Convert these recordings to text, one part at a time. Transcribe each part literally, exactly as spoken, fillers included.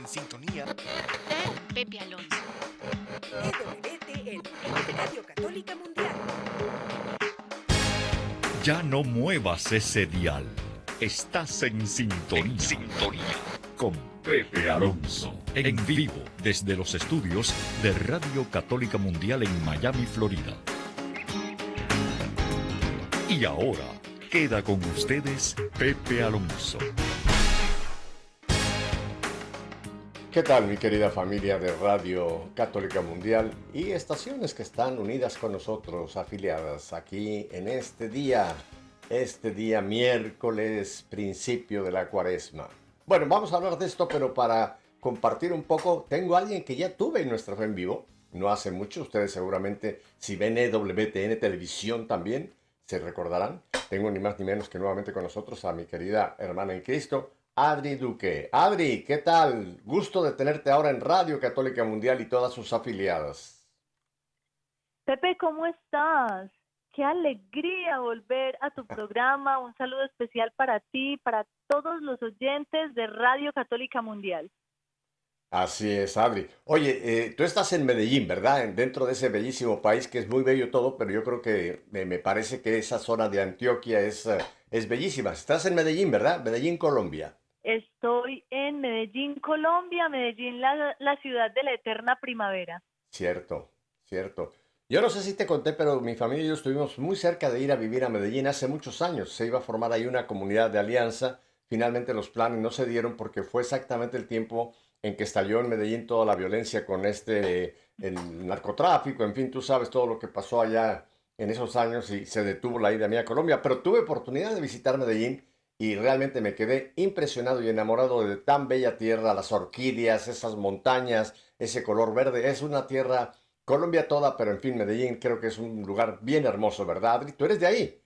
en sintonía con Pepe Alonso. E W T N, Radio Católica Mundial. Ya no muevas ese dial. Estás en sintonía. En sintonía. Con Pepe Alonso. En vivo desde los estudios de Radio Católica Mundial en Miami, Florida. Y ahora queda con ustedes Pepe Alonso. ¿Qué tal, mi querida familia de Radio Católica Mundial y estaciones que están unidas con nosotros, afiliadas aquí en este día, este día miércoles, principio de la Cuaresma? Bueno, vamos a hablar de esto, pero para compartir un poco, tengo a alguien que ya tuve en nuestro en vivo, no hace mucho. Ustedes seguramente, si ven E W T N Televisión también, se recordarán. Tengo ni más ni menos que nuevamente con nosotros a mi querida hermana en Cristo, Adri Duque. Adri, ¿qué tal? Gusto de tenerte ahora en Radio Católica Mundial y todas sus afiliadas. Pepe, ¿cómo estás? Qué alegría volver a tu programa. Un saludo especial para ti, para todos los oyentes de Radio Católica Mundial. Así es, Adri. Oye, eh, tú estás en Medellín, ¿verdad? Dentro de ese bellísimo país que es muy bello todo, pero yo creo que me, me parece que esa zona de Antioquia es, uh, es bellísima. Estás en Medellín, ¿verdad? Medellín, Colombia. Estoy en Medellín, Colombia. Medellín, la, la ciudad de la eterna primavera. Cierto, cierto. Yo no sé si te conté, pero mi familia y yo estuvimos muy cerca de ir a vivir a Medellín hace muchos años. Se iba a formar ahí una comunidad de alianza. Finalmente los planes no se dieron porque fue exactamente el tiempo en que estalló en Medellín toda la violencia con este, el narcotráfico, en fin, tú sabes todo lo que pasó allá en esos años y se detuvo la ida mía a Colombia. Pero tuve oportunidad de visitar Medellín y realmente me quedé impresionado y enamorado de tan bella tierra, las orquídeas, esas montañas, ese color verde. Es una tierra, Colombia toda, pero en fin, Medellín creo que es un lugar bien hermoso, ¿verdad, Adri? ¿Tú eres de ahí?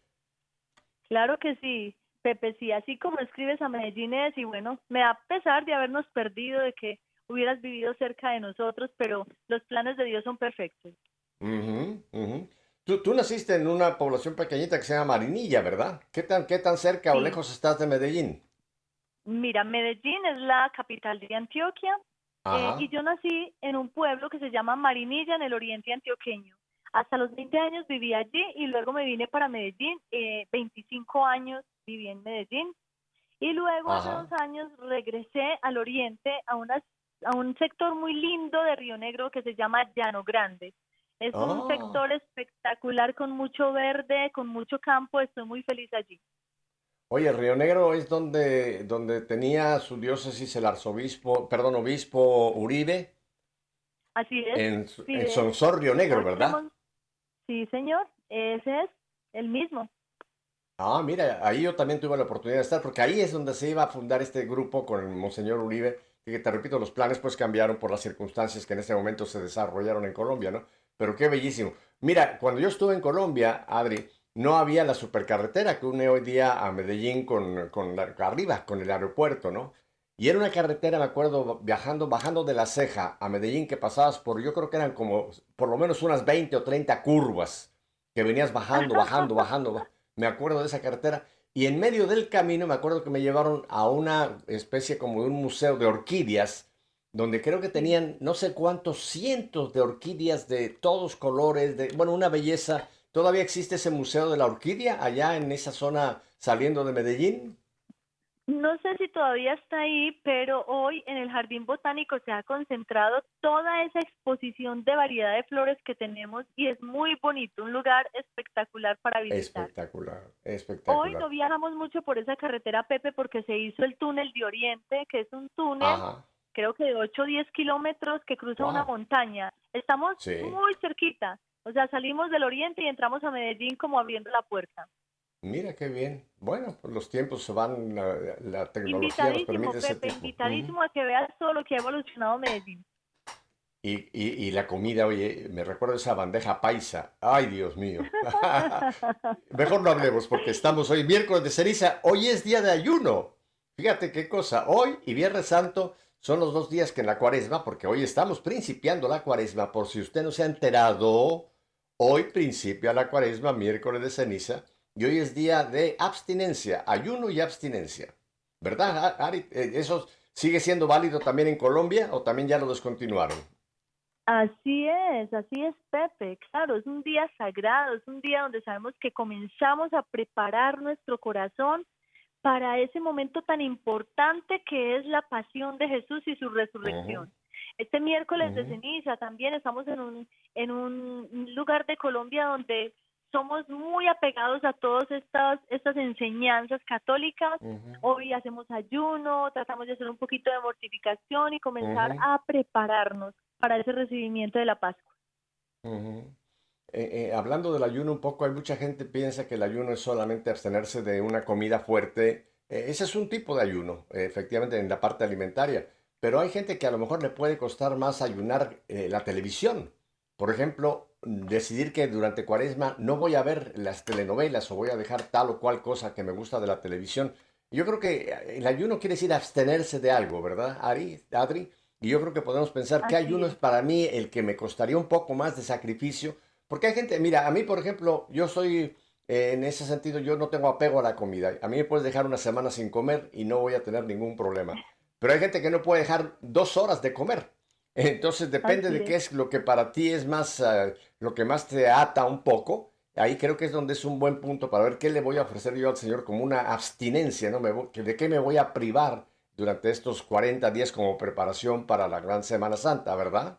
Claro que sí, Pepe, sí, así como escribes a Medellín es, y bueno, me da pesar de habernos perdido, de que hubieras vivido cerca de nosotros, pero los planes de Dios son perfectos. Uh-huh, uh-huh. Tú, tú naciste en una población pequeñita que se llama Marinilla, ¿verdad? ¿Qué tan, qué tan cerca Sí. o lejos estás de Medellín? Mira, Medellín es la capital de Antioquia, eh, y yo nací en un pueblo que se llama Marinilla, en el oriente antioqueño. Hasta los veinte años viví allí y luego me vine para Medellín, eh, veinticinco años viví en Medellín, y luego Ajá. hace dos años regresé al oriente, a, una, a un sector muy lindo de Río Negro que se llama Llano Grande. Es Oh. un sector espectacular con mucho verde, con mucho campo. Estoy muy feliz allí. Oye, Río Negro es donde, donde tenía su diócesis el arzobispo, perdón, obispo Uribe, Así es. en, Sí, en de- Sonsón, Río Negro, hoy ¿verdad? tenemos- Sí, señor, ese es el mismo. Ah, mira, ahí yo también tuve la oportunidad de estar, porque ahí es donde se iba a fundar este grupo con el Monseñor Uribe, y que te repito, los planes pues cambiaron por las circunstancias que en ese momento se desarrollaron en Colombia, ¿no? Pero qué bellísimo. Mira, cuando yo estuve en Colombia, Adri, no había la supercarretera que une hoy día a Medellín con, con la- arriba, con el aeropuerto, ¿no? Y era una carretera, me acuerdo, viajando, bajando de La Ceja a Medellín, que pasabas por, yo creo que eran como por lo menos unas veinte o treinta curvas, que venías bajando, bajando, bajando. ba- Me acuerdo de esa carretera. Y en medio del camino me acuerdo que me llevaron a una especie como de un museo de orquídeas, donde creo que tenían no sé cuántos cientos de orquídeas de todos colores, de, bueno, una belleza. ¿Todavía existe ese museo de la orquídea allá en esa zona saliendo de Medellín? No sé si todavía está ahí, pero hoy en el Jardín Botánico se ha concentrado toda esa exposición de variedad de flores que tenemos y es muy bonito, un lugar espectacular para visitar. Espectacular, Hoy espectacular. no viajamos mucho por esa carretera, Pepe, porque se hizo el túnel de Oriente, que es un túnel, Ajá, creo que de ocho o diez kilómetros, que cruza una wow, montaña. Estamos sí. muy cerquita, o sea, salimos del Oriente y entramos a Medellín como abriendo la puerta. Mira qué bien. Bueno, pues los tiempos se van, la, la tecnología nos Invitadísimo, permite ese Pepe, tipo. Ujú. invitadísimo a que veas todo lo que ha evolucionado Medellín. Y, y, y la comida, oye, me recuerdo esa bandeja paisa. Ay, Dios mío. Mejor no hablemos porque estamos hoy miércoles de ceniza. Hoy es día de ayuno. Fíjate qué cosa. Hoy y Viernes Santo son los dos días que en la cuaresma, porque hoy estamos principiando la cuaresma. Por si usted no se ha enterado, hoy principia la cuaresma, miércoles de ceniza. Y hoy es día de abstinencia, ayuno y abstinencia. ¿Verdad, Ari? Eh, Esos, ¿Sigue siendo válido también en Colombia o también ya lo descontinuaron? Así es, así es, Pepe. Claro, es un día sagrado, es un día donde sabemos que comenzamos a preparar nuestro corazón para ese momento tan importante que es la pasión de Jesús y su resurrección. Uh-huh. Este miércoles uh-huh. de ceniza también estamos en un, en un lugar de Colombia donde somos muy apegados a todas estas, estas enseñanzas católicas. Uh-huh. Hoy hacemos ayuno, tratamos de hacer un poquito de mortificación y comenzar uh-huh. a prepararnos para ese recibimiento de la Pascua. Uh-huh. Eh, eh, hablando del ayuno un poco, hay mucha gente que piensa que el ayuno es solamente abstenerse de una comida fuerte. Eh, ese es un tipo de ayuno, eh, efectivamente, en la parte alimentaria. Pero hay gente que a lo mejor le puede costar más ayunar eh, la televisión. Por ejemplo, decidir que durante Cuaresma no voy a ver las telenovelas o voy a dejar tal o cual cosa que me gusta de la televisión. Yo creo que el ayuno quiere decir abstenerse de algo, ¿verdad, Ari, Adri? Y yo creo que podemos pensar que ayuno es para mí el que me costaría un poco más de sacrificio. Porque hay gente, mira, a mí, por ejemplo, yo soy, eh, en ese sentido, yo no tengo apego a la comida. A mí me puedes dejar una semana sin comer y no voy a tener ningún problema. Pero hay gente que no puede dejar dos horas de comer. Entonces depende Así de es. qué es lo que para ti es más, uh, lo que más te ata un poco. Ahí creo que es donde es un buen punto para ver qué le voy a ofrecer yo al Señor como una abstinencia, ¿no? Me voy, ¿de qué me voy a privar durante estos cuarenta días como preparación para la gran Semana Santa, verdad?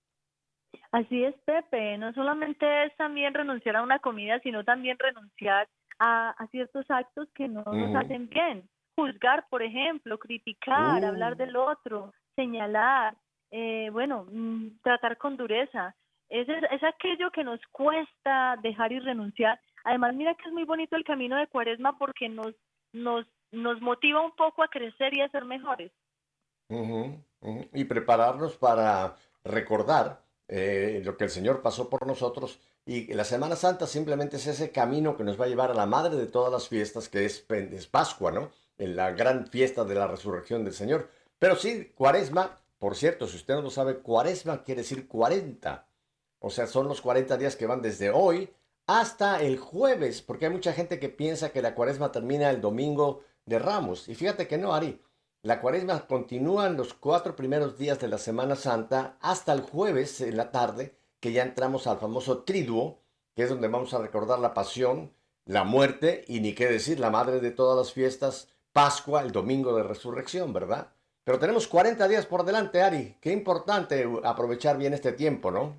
Así es, Pepe. No solamente es también renunciar a una comida, sino también renunciar a, a ciertos actos que no uh-huh. nos hacen bien. Juzgar, por ejemplo, criticar, uh. hablar del otro, señalar. Eh, bueno, mmm, tratar con dureza, es, es aquello que nos cuesta dejar y renunciar. Además, mira que es muy bonito el camino de Cuaresma porque nos, nos, nos motiva un poco a crecer y a ser mejores. Uh-huh, uh-huh. Y prepararnos para recordar eh, lo que el Señor pasó por nosotros. Y la Semana Santa simplemente es ese camino que nos va a llevar a la madre de todas las fiestas, que es, es Pascua, ¿no? En la gran fiesta de la resurrección del Señor. Pero sí, Cuaresma. Por cierto, si usted no lo sabe, Cuaresma quiere decir cuarenta. O sea, son los cuarenta días que van desde hoy hasta el jueves, porque hay mucha gente que piensa que la Cuaresma termina el domingo de Ramos. Y fíjate que no, Ari. La Cuaresma continúa en los cuatro primeros días de la Semana Santa hasta el jueves en la tarde, que ya entramos al famoso Triduo, que es donde vamos a recordar la pasión, la muerte y ni qué decir, la madre de todas las fiestas, Pascua, el domingo de resurrección, ¿verdad? Pero tenemos cuarenta días por delante, Ari. Qué importante aprovechar bien este tiempo, ¿no?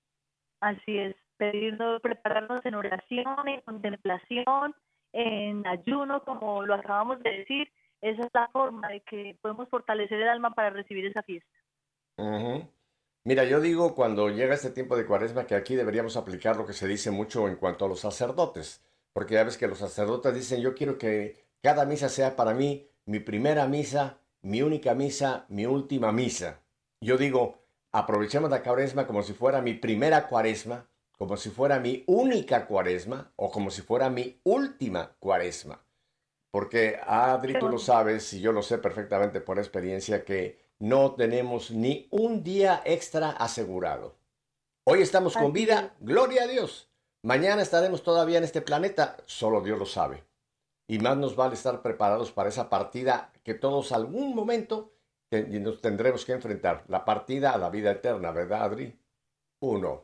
Así es, pedirnos, prepararnos en oración, en contemplación, en ayuno, como lo acabamos de decir. Esa es la forma de que podemos fortalecer el alma para recibir esa fiesta. Uh-huh. Mira, yo digo cuando llega este tiempo de Cuaresma que aquí deberíamos aplicar lo que se dice mucho en cuanto a los sacerdotes. Porque ya ves que los sacerdotes dicen, yo quiero que cada misa sea para mí mi primera misa, mi única misa, mi última misa. Yo digo, aprovechemos la Cuaresma como si fuera mi primera Cuaresma, como si fuera mi única Cuaresma o como si fuera mi última Cuaresma. Porque, Adri, tú lo sabes y yo lo sé perfectamente por experiencia que no tenemos ni un día extra asegurado. Hoy estamos con vida, gloria a Dios. Mañana estaremos todavía en este planeta, solo Dios lo sabe. Y más nos vale estar preparados para esa partida que todos algún momento te, nos tendremos que enfrentar. La partida a la vida eterna, ¿verdad, Adri? Uno.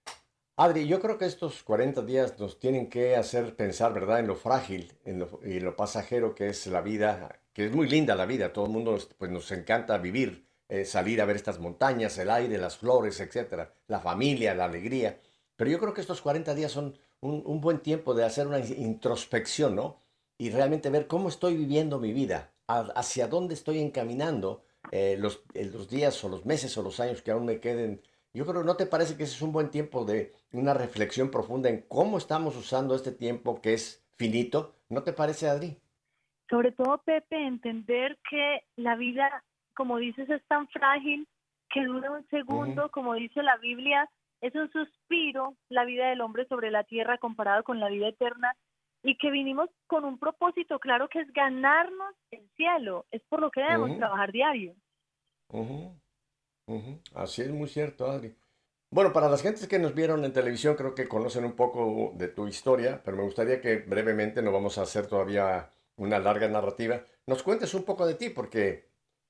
Adri, yo creo que estos cuarenta días nos tienen que hacer pensar, ¿verdad?, en lo frágil en lo, y lo pasajero que es la vida, que es muy linda la vida. Todo el mundo pues, nos encanta vivir, eh, salir a ver estas montañas, el aire, las flores, etcétera, la familia, la alegría. Pero yo creo que estos cuarenta días son un, un buen tiempo de hacer una introspección, ¿no? Y realmente ver cómo estoy viviendo mi vida, hacia dónde estoy encaminando eh, los, los días o los meses o los años que aún me queden. Yo creo, ¿no te parece que ese es un buen tiempo de una reflexión profunda en cómo estamos usando este tiempo que es finito? ¿No te parece, Adri? Sobre todo, Pepe, entender que la vida, como dices, es tan frágil que dura un segundo, uh-huh. como dice la Biblia, es un suspiro la vida del hombre sobre la tierra comparado con la vida eterna. Y que vinimos con un propósito claro que es ganarnos el cielo. Es por lo que debemos uh-huh. trabajar diario. Uh-huh. Uh-huh. Así es, muy cierto, Adri. Bueno, para las gentes que nos vieron en televisión, creo que conocen un poco de tu historia, pero me gustaría que brevemente, no vamos a hacer todavía una larga narrativa, nos cuentes un poco de ti, porque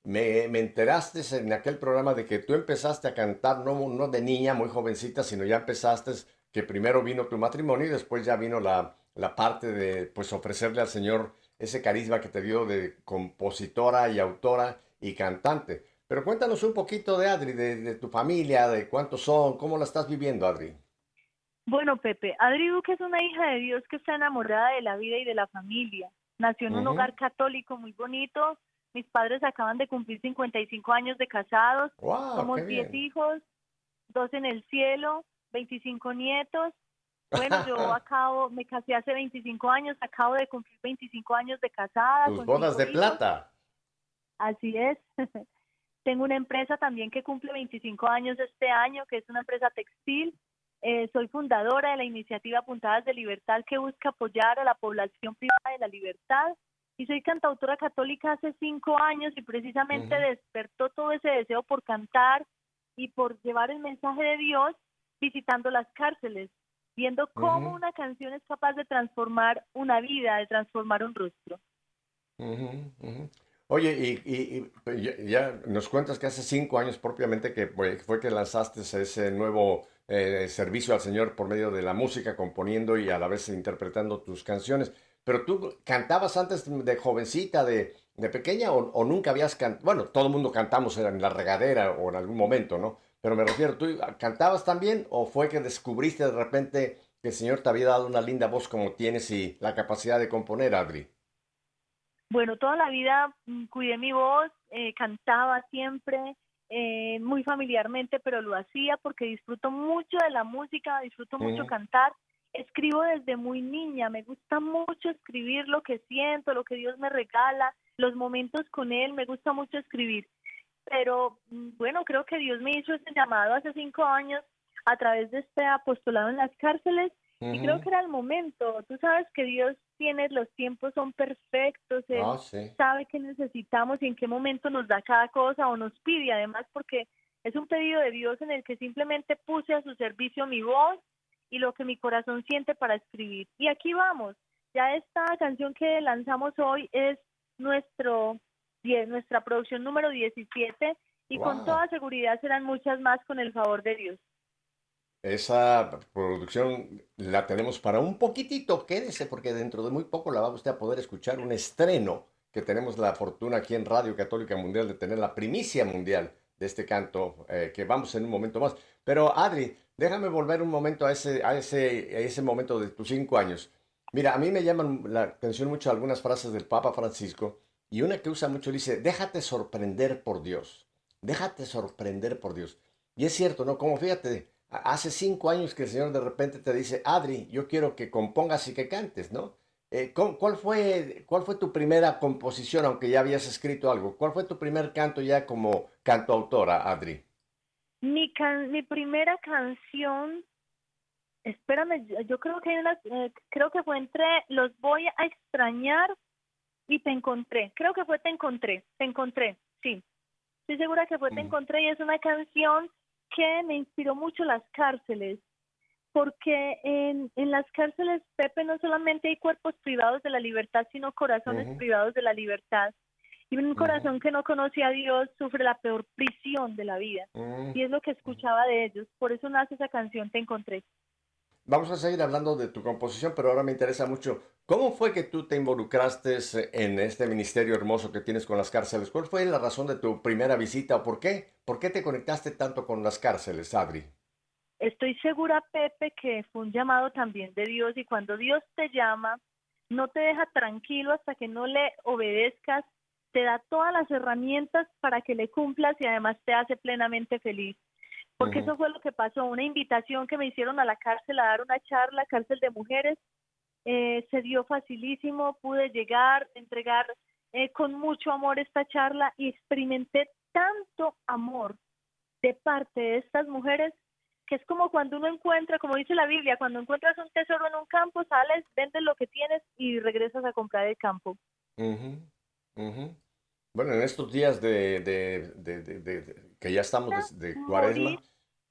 me, me enteraste en aquel programa de que tú empezaste a cantar, no, no de niña, muy jovencita, sino ya empezaste, que primero vino tu matrimonio y después ya vino la, la parte de pues ofrecerle al Señor ese carisma que te dio de compositora y autora y cantante. Pero cuéntanos un poquito de Adri, de, de tu familia, de cuántos son, cómo la estás viviendo, Adri. Bueno, Pepe, Adri Duque es una hija de Dios que está enamorada de la vida y de la familia. Nació en un Ujú. hogar católico muy bonito. Mis padres acaban de cumplir cincuenta y cinco años de casados. ¡Wow! Somos ¡Qué diez bien! hijos, dos en el cielo, veinticinco nietos. Bueno, yo acabo, me casé hace veinticinco años, acabo de cumplir veinticinco años de casada Tus con bodas cinco de hijos. plata. Así es. Tengo una empresa también que cumple veinticinco años este año, que es una empresa textil. Eh, soy fundadora de la iniciativa Puntadas de Libertad, que busca apoyar a la población privada de la libertad. Y soy cantautora católica hace cinco años y precisamente Ujú. despertó todo ese deseo por cantar y por llevar el mensaje de Dios visitando las cárceles, viendo cómo Ujú. una canción es capaz de transformar una vida, de transformar un rostro. Ujú, ujú. Oye, y, y- y ya, ya nos cuentas que hace cinco años propiamente que fue, fue que lanzaste ese nuevo eh, servicio al Señor por medio de la música, componiendo y a la vez interpretando tus canciones. Pero tú cantabas antes de jovencita, de, de pequeña, o, o nunca habías cantado. Bueno, todo el mundo cantamos en la regadera o en algún momento, ¿no? Pero me refiero, ¿tú cantabas también o fue que descubriste de repente que el Señor te había dado una linda voz como tienes y la capacidad de componer, Adri? Bueno, toda la vida mm, cuidé mi voz, eh, cantaba siempre, eh, muy familiarmente, pero lo hacía porque disfruto mucho de la música, disfruto mucho Ujú. cantar. Escribo desde muy niña, me gusta mucho escribir lo que siento, lo que Dios me regala, los momentos con Él, me gusta mucho escribir. Pero mm, bueno, creo que Dios me hizo ese llamado hace cinco años a través de este apostolado en las cárceles y creo Ujú. que era el momento. Tú sabes que Dios tiene, los tiempos son perfectos, Ah, Él sí. sabe qué necesitamos y en qué momento nos da cada cosa o nos pide, además porque es un pedido de Dios en el que simplemente puse a su servicio mi voz y lo que mi corazón siente para escribir. Y aquí vamos, ya esta canción que lanzamos hoy es nuestro die- nuestra producción número diecisiete y con Wow. toda seguridad serán muchas más con el favor de Dios. Esa producción la tenemos para un poquitito, quédese, porque dentro de muy poco la va usted a poder escuchar un estreno que tenemos la fortuna aquí en Radio Católica Mundial de tener la primicia mundial de este canto, eh, que vamos en un momento más. Pero Adri, déjame volver un momento a ese, a ese, a ese momento de tus cinco años. Mira, a mí me llaman la atención mucho algunas frases del Papa Francisco y una que usa mucho dice, déjate sorprender por Dios, déjate sorprender por Dios. Y es cierto, ¿no? Como fíjate, a- hace cinco años que el Señor de repente te dice, Adri, yo quiero que compongas y que cantes, ¿no? Eh, ¿cu- ¿cuál fue, cuál fue tu primera composición, aunque ya habías escrito algo? ¿Cuál fue tu primer canto ya como cantautora, Adri? Mi, can- mi primera canción, espérame, yo, yo creo que hay una, eh, creo que fue entre Los voy a extrañar y Te encontré. Creo que fue Te encontré, Te encontré, sí. Estoy segura que fue Te Mm. encontré y es una canción que me inspiró mucho las cárceles. Porque en, en las cárceles, Pepe, no solamente hay cuerpos privados de la libertad, sino corazones Ujú, privados de la libertad. Y un ujú, corazón que no conoce a Dios sufre la peor prisión de la vida. mm. Y es lo que escuchaba de ellos. Por eso nace esa canción, Te encontré. Vamos a seguir hablando de tu composición, pero ahora me interesa mucho, ¿cómo fue que tú te involucraste en este ministerio hermoso que tienes con las cárceles? ¿Cuál fue la razón de tu primera visita o por qué? ¿Por qué te conectaste tanto con las cárceles, Adri? Estoy segura, Pepe, que fue un llamado también de Dios y cuando Dios te llama, no te deja tranquilo hasta que no le obedezcas, te da todas las herramientas para que le cumplas y además te hace plenamente feliz. Porque Ujú, eso fue lo que pasó, una invitación que me hicieron a la cárcel a dar una charla, cárcel de mujeres, eh, se dio facilísimo, pude llegar, entregar eh, con mucho amor esta charla y experimenté tanto amor de parte de estas mujeres que es como cuando uno encuentra, como dice la Biblia, cuando encuentras un tesoro en un campo, sales, vendes lo que tienes y regresas a comprar el campo. ujú, ujú. Bueno, en estos días de, de- de- de- de- de- que ya estamos de, de Morir Cuaresma,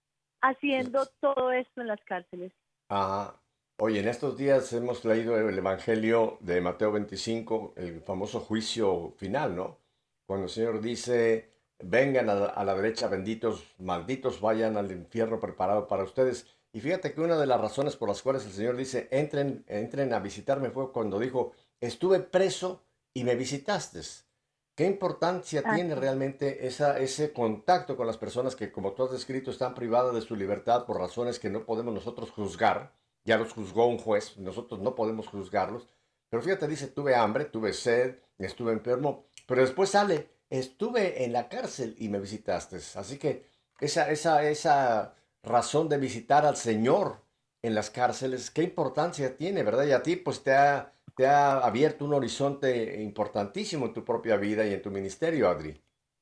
haciendo todo esto en las cárceles. ah, oye, en estos días hemos leído el Evangelio de Mateo veinticinco, el famoso juicio final, ¿no? cuando el Señor dice, vengan a la, a la derecha, benditos, malditos vayan al infierno preparado para ustedes. Y fíjate que una de las razones por las cuales el Señor dice, entren, entren a visitarme, fue cuando dijo, estuve preso y me visitaste. ¿Qué importancia Ah, tiene realmente esa, ese contacto con las personas que, como tú has descrito, están privadas de su libertad por razones que no podemos nosotros juzgar? Ya los juzgó un juez, nosotros no podemos juzgarlos. Pero fíjate, dice, tuve hambre, tuve sed, estuve enfermo, pero después sale, estuve en la cárcel y me visitaste. Así que esa, esa, esa razón de visitar al Señor en las cárceles, qué importancia tiene, ¿verdad? Y a ti pues te ha, te ha abierto un horizonte importantísimo en tu propia vida y en tu ministerio, Adri.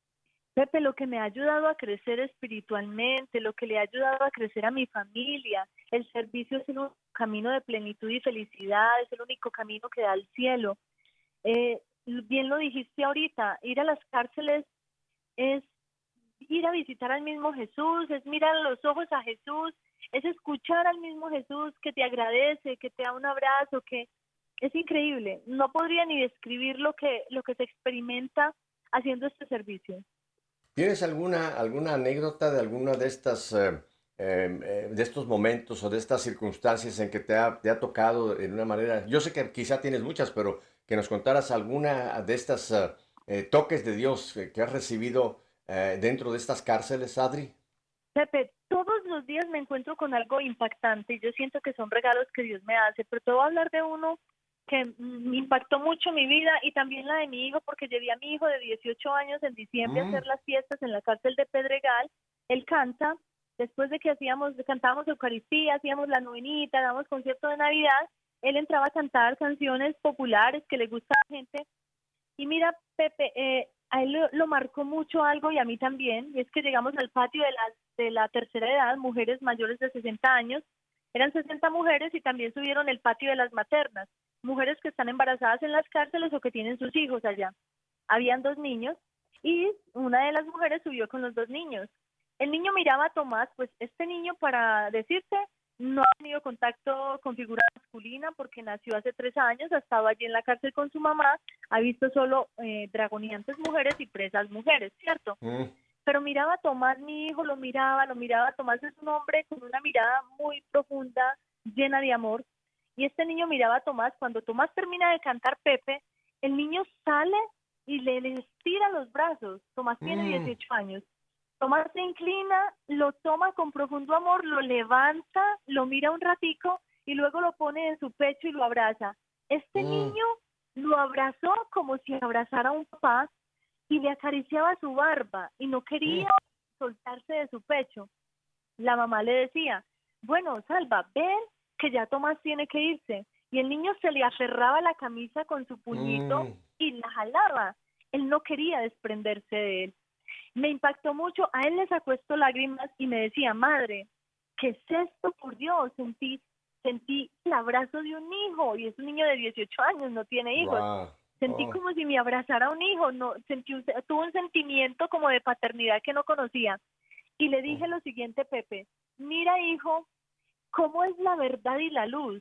Pepe, lo que me ha ayudado a crecer espiritualmente, lo que le ha ayudado a crecer a mi familia, el servicio es el único camino de plenitud y felicidad, es el único camino que da al cielo. Eh, bien lo dijiste ahorita, ir a las cárceles es ir a visitar al mismo Jesús, es mirar a los ojos a Jesús, es escuchar al mismo Jesús que te agradece, que te da un abrazo, que es increíble. No podría ni describir lo que, lo que se experimenta haciendo este servicio. ¿Tienes alguna, alguna anécdota de alguna de estas, eh, eh, eh, de estos momentos o de estas circunstancias en que te ha, te ha tocado en una manera? Yo sé que quizá tienes muchas, pero que nos contaras alguna de estas eh, eh, toques de Dios que, que has recibido eh, dentro de estas cárceles, Adri. Pepe, todos los días me encuentro con algo impactante y yo siento que son regalos que Dios me hace, pero te voy a hablar de uno que me impactó mucho mi vida y también la de mi hijo, porque llevé a mi hijo de dieciocho años en diciembre Mm. a hacer las fiestas en la cárcel de Pedregal. Él canta, después de que hacíamos, cantábamos Eucaristía, hacíamos la novenita, dábamos concierto de Navidad, él entraba a cantar canciones populares que le gusta a la gente. Y mira, Pepe, eh, a él lo, lo marcó mucho algo y a mí también, y es que llegamos al patio de la, de la tercera edad, mujeres mayores de sesenta años, eran sesenta mujeres y también subieron el patio de las maternas, mujeres que están embarazadas en las cárceles o que tienen sus hijos allá. Habían dos niños y una de las mujeres subió con los dos niños. El niño miraba a Tomás, pues este niño, para decirte, no ha tenido contacto con figura masculina porque nació hace tres años, ha estado allí en la cárcel con su mamá, ha visto solo eh, dragoneantes mujeres y presas mujeres, ¿cierto? Mm. Pero miraba a Tomás, mi hijo, lo miraba, lo miraba. Tomás es un hombre con una mirada muy profunda, llena de amor. Y este niño miraba a Tomás. Cuando Tomás termina de cantar Pepe, el niño sale y le, le estira los brazos. Tomás tiene Mm. dieciocho años. Tomás se inclina, lo toma con profundo amor, lo levanta, lo mira un ratico y luego lo pone en su pecho y lo abraza. Este Mm. niño lo abrazó como si abrazara a un papá y le acariciaba su barba y no quería soltarse de su pecho. La mamá le decía, bueno, Salva, ven que ya Tomás tiene que irse. Y el niño se le aferraba a la camisa con su puñito Mm. y la jalaba. Él no quería desprenderse de él. Me impactó mucho, a él le sacó esto lágrimas y me decía, madre, ¿qué es esto? Por Dios, sentí, sentí el abrazo de un hijo, y es un niño de dieciocho años, no tiene hijos. Wow. Sentí Oh. como si me abrazara a un hijo, no, sentí un, tuve un sentimiento como de paternidad que no conocía. Y le dije lo siguiente, Pepe, mira hijo, ¿cómo es la verdad y la luz?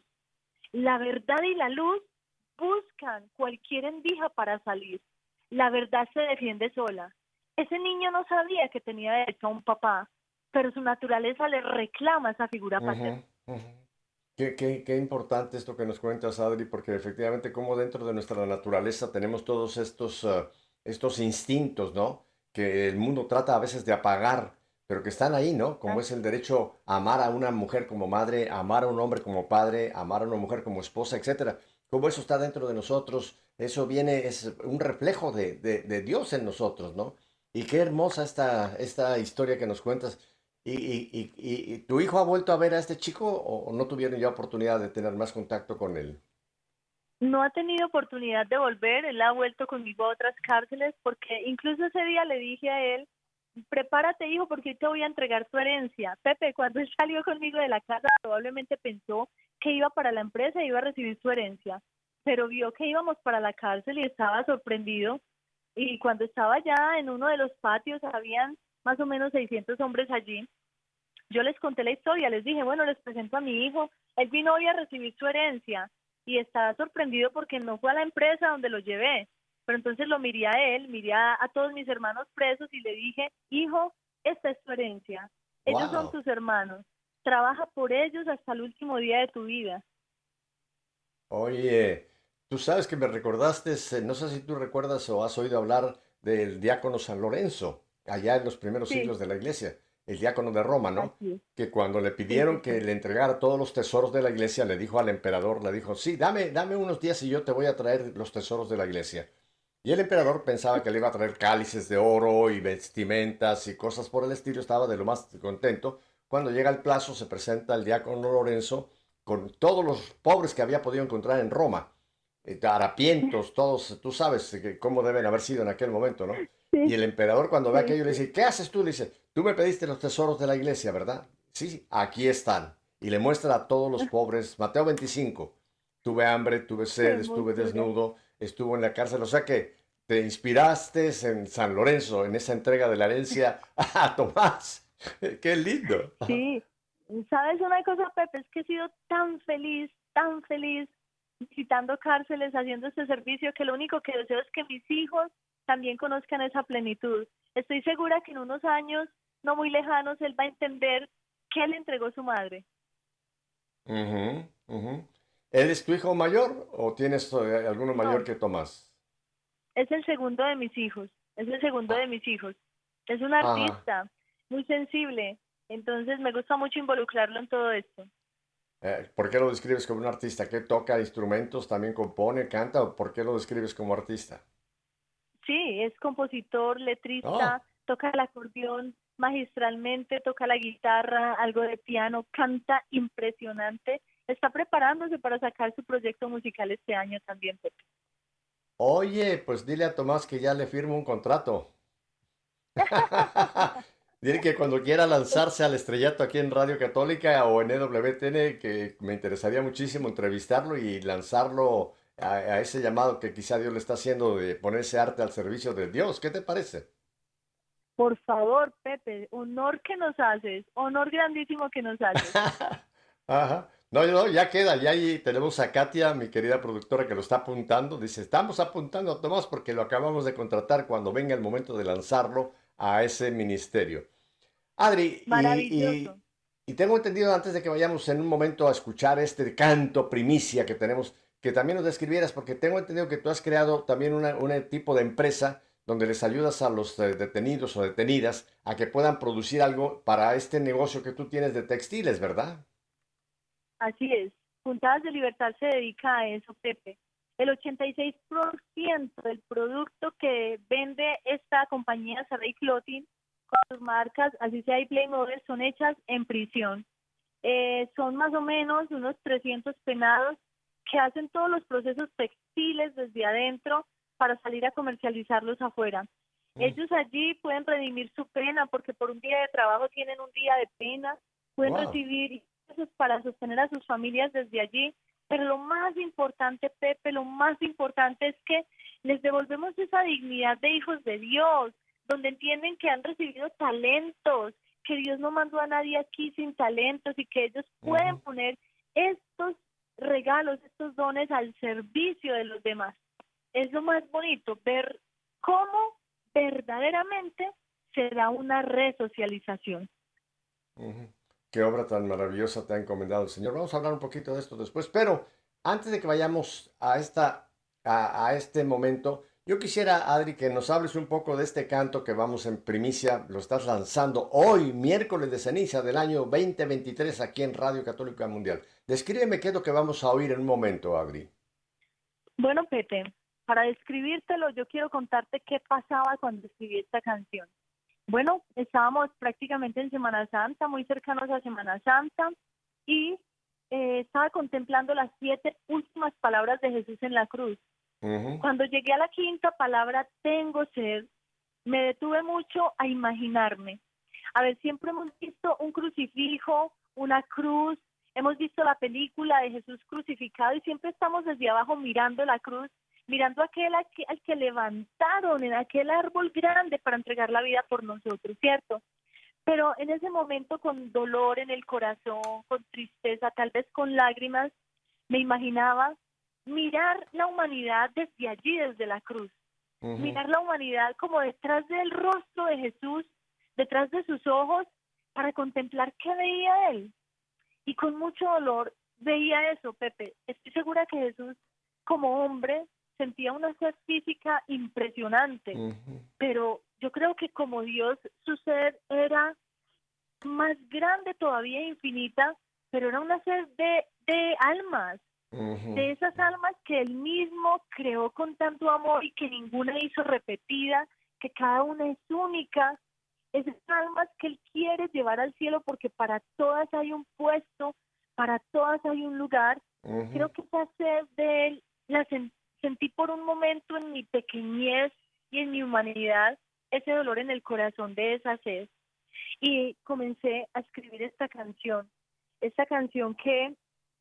La verdad y la luz buscan cualquier endija para salir. La verdad se defiende sola. Ese niño no sabía que tenía derecho a un papá, pero su naturaleza le reclama esa figura paterna. Ujú, ujú. Qué, qué, qué importante esto que nos cuentas, Adri, porque efectivamente como dentro de nuestra naturaleza tenemos todos estos, uh, estos instintos, ¿no? Que el mundo trata a veces de apagar, pero que están ahí, ¿no? Como es el derecho a amar a una mujer como madre, a amar a un hombre como padre, a amar a una mujer como esposa, etcétera. Como eso está dentro de nosotros, eso viene, es un reflejo de, de, de Dios en nosotros, ¿no? Y qué hermosa esta, esta historia que nos cuentas. ¿Y, y, y, y- y tu hijo ha vuelto a ver a este chico o, o no tuvieron ya oportunidad de tener más contacto con él? No ha tenido oportunidad de volver, él ha vuelto conmigo a otras cárceles, porque incluso ese día le dije a él, prepárate hijo porque hoy te voy a entregar tu herencia. Pepe, cuando él salió conmigo de la casa, probablemente pensó que iba para la empresa e iba a recibir su herencia, pero vio que íbamos para la cárcel y estaba sorprendido. Y cuando estaba ya en uno de los patios, habían más o menos seiscientos hombres allí. Yo les conté la historia, les dije, bueno, les presento a mi hijo, él vino hoy a recibir su herencia y estaba sorprendido porque no fue a la empresa donde lo llevé, Pero entonces lo miré a él, miré a, a todos mis hermanos presos y le dije, hijo, esta es tu herencia, ellos Wow. son tus hermanos, trabaja por ellos hasta el último día de tu vida. Oye, tú sabes que me recordaste, eh, no sé si tú recuerdas o has oído hablar del diácono San Lorenzo, allá en los primeros Sí, siglos de la iglesia, el diácono de Roma, ¿no? así es. Que cuando le Sí, pidieron sí, que sí. le entregara todos los tesoros de la iglesia, le dijo al emperador, le dijo, sí, dame, dame unos días y yo te voy a traer los tesoros de la iglesia. Y el emperador pensaba que le iba a traer cálices de oro y vestimentas y cosas por el estilo, estaba de lo más contento. Cuando llega el plazo, se presenta el diácono Lorenzo con todos los pobres que había podido encontrar en Roma, eh, harapientos, todos, tú sabes eh, cómo deben haber sido en aquel momento, ¿no? Y Sí, el emperador cuando ve sí, aquello le sí. dice, ¿qué haces tú? Le dice, tú me pediste los tesoros de la iglesia, ¿verdad? Sí, sí, aquí están. Y le muestra a todos los pobres, Mateo veinticinco, tuve hambre, tuve Qué sed, estuve hermosura. desnudo, estuvo en la cárcel, o sea que te inspiraste en San Lorenzo, en esa entrega de la herencia a Tomás. Qué lindo. Ajá. Sí, ¿sabes una cosa, Pepe? Es que he sido tan feliz, tan feliz visitando cárceles, haciendo este servicio, que lo único que deseo es que mis hijos también conozcan esa plenitud. Estoy segura que en unos años no muy lejanos él va a entender qué le entregó su madre. Ujú, ujú. ¿Él es tu hijo mayor o tienes eh, alguno mayor No, que Tomás? es el segundo de mis hijos, es el segundo Ah, de mis hijos. Es un ajá. artista muy sensible, entonces me gusta mucho involucrarlo en todo esto. Eh, ¿por qué lo describes como un artista? ¿Qué toca instrumentos? ¿También compone, canta? ¿O por qué lo describes como artista? Sí, es compositor, Oh, letrista, toca el acordeón magistralmente, toca la guitarra, algo de piano, canta impresionante. Está preparándose para sacar su proyecto musical este año también, Pepe. oye, pues dile a Tomás que ya le firmo un contrato. Dile que cuando quiera lanzarse al estrellato aquí en Radio Católica o en E W T N, que me interesaría muchísimo entrevistarlo y lanzarlo a, a ese llamado que quizá Dios le está haciendo de poner ese arte al servicio de Dios. ¿Qué te parece? Por favor, Pepe, honor que nos haces, honor grandísimo que nos haces. Ajá. No, no, ya queda, ya ahí tenemos a Katia, mi querida productora, que lo está apuntando. Dice, estamos apuntando a Tomás porque lo acabamos de contratar cuando venga el momento de lanzarlo a ese ministerio. Adri, y, y- Maravilloso. y tengo entendido antes de que vayamos en un momento a escuchar este canto primicia que tenemos, que también nos describieras, porque tengo entendido que tú has creado también una- un tipo de empresa donde les ayudas a los eh, detenidos o detenidas a que puedan producir algo para este negocio que tú tienes de textiles, ¿verdad? Así es. Puntadas de Libertad se dedica a eso, Pepe. El ochenta y seis por ciento del producto que vende esta compañía, Saray Clothing, con sus marcas, así sea y Playmobil, son hechas en prisión. Eh, son más o menos unos trescientos penados que hacen todos los procesos textiles desde adentro para salir a comercializarlos afuera. Ellos allí pueden redimir su pena porque por un día de trabajo tienen un día de pena, pueden Wow. recibir ingresos para sostener a sus familias desde allí, pero lo más importante, Pepe, lo más importante es que les devolvemos esa dignidad de hijos de Dios, donde entienden que han recibido talentos, que Dios no mandó a nadie aquí sin talentos y que ellos pueden Ujú. poner estos regalos, estos dones al servicio de los demás. Es lo más bonito, ver cómo verdaderamente se da una resocialización. Ujú. Qué obra tan maravillosa te ha encomendado el Señor. Vamos a hablar un poquito de esto después, pero antes de que vayamos a esta, a, a este momento, yo quisiera, Adri, que nos hables un poco de este canto que vamos en primicia, lo estás lanzando hoy, miércoles de ceniza del año veinte veintitrés, aquí en Radio Católica Mundial. Descríbeme qué es lo que vamos a oír en un momento, Adri. Bueno, Pepe, para describírtelo, yo quiero contarte qué pasaba cuando escribí esta canción. Bueno, estábamos prácticamente en Semana Santa, muy cercanos a Semana Santa, y eh, estaba contemplando las siete últimas palabras de Jesús en la cruz. Ujú. Cuando llegué a la quinta palabra, tengo sed, me detuve mucho a imaginarme. A ver, siempre hemos visto un crucifijo, una cruz, hemos visto la película de Jesús crucificado y siempre estamos desde abajo mirando la cruz, mirando aquel al que, al que levantaron en aquel árbol grande para entregar la vida por nosotros, ¿cierto? Pero en ese momento, con dolor en el corazón, con tristeza, tal vez con lágrimas, me imaginaba mirar la humanidad desde allí, desde la cruz. uh-huh. mirar la humanidad como detrás del rostro de Jesús, detrás de sus ojos, para contemplar qué veía él. Y con mucho dolor veía eso, Pepe. Estoy segura que Jesús, como hombre, sentía una sed física impresionante, uh-huh. pero yo creo que como Dios, su sed era más grande todavía, infinita, pero era una sed de, de almas, uh-huh. de esas almas que él mismo creó con tanto amor y que ninguna hizo repetida, que cada una es única, esas almas que él quiere llevar al cielo porque para todas hay un puesto, para todas hay un lugar. Uh-huh. Creo que esa sed de él la sen- sentí por un momento en mi pequeñez y en mi humanidad, ese dolor en el corazón de esa sed. Y comencé a escribir esta canción, esta canción que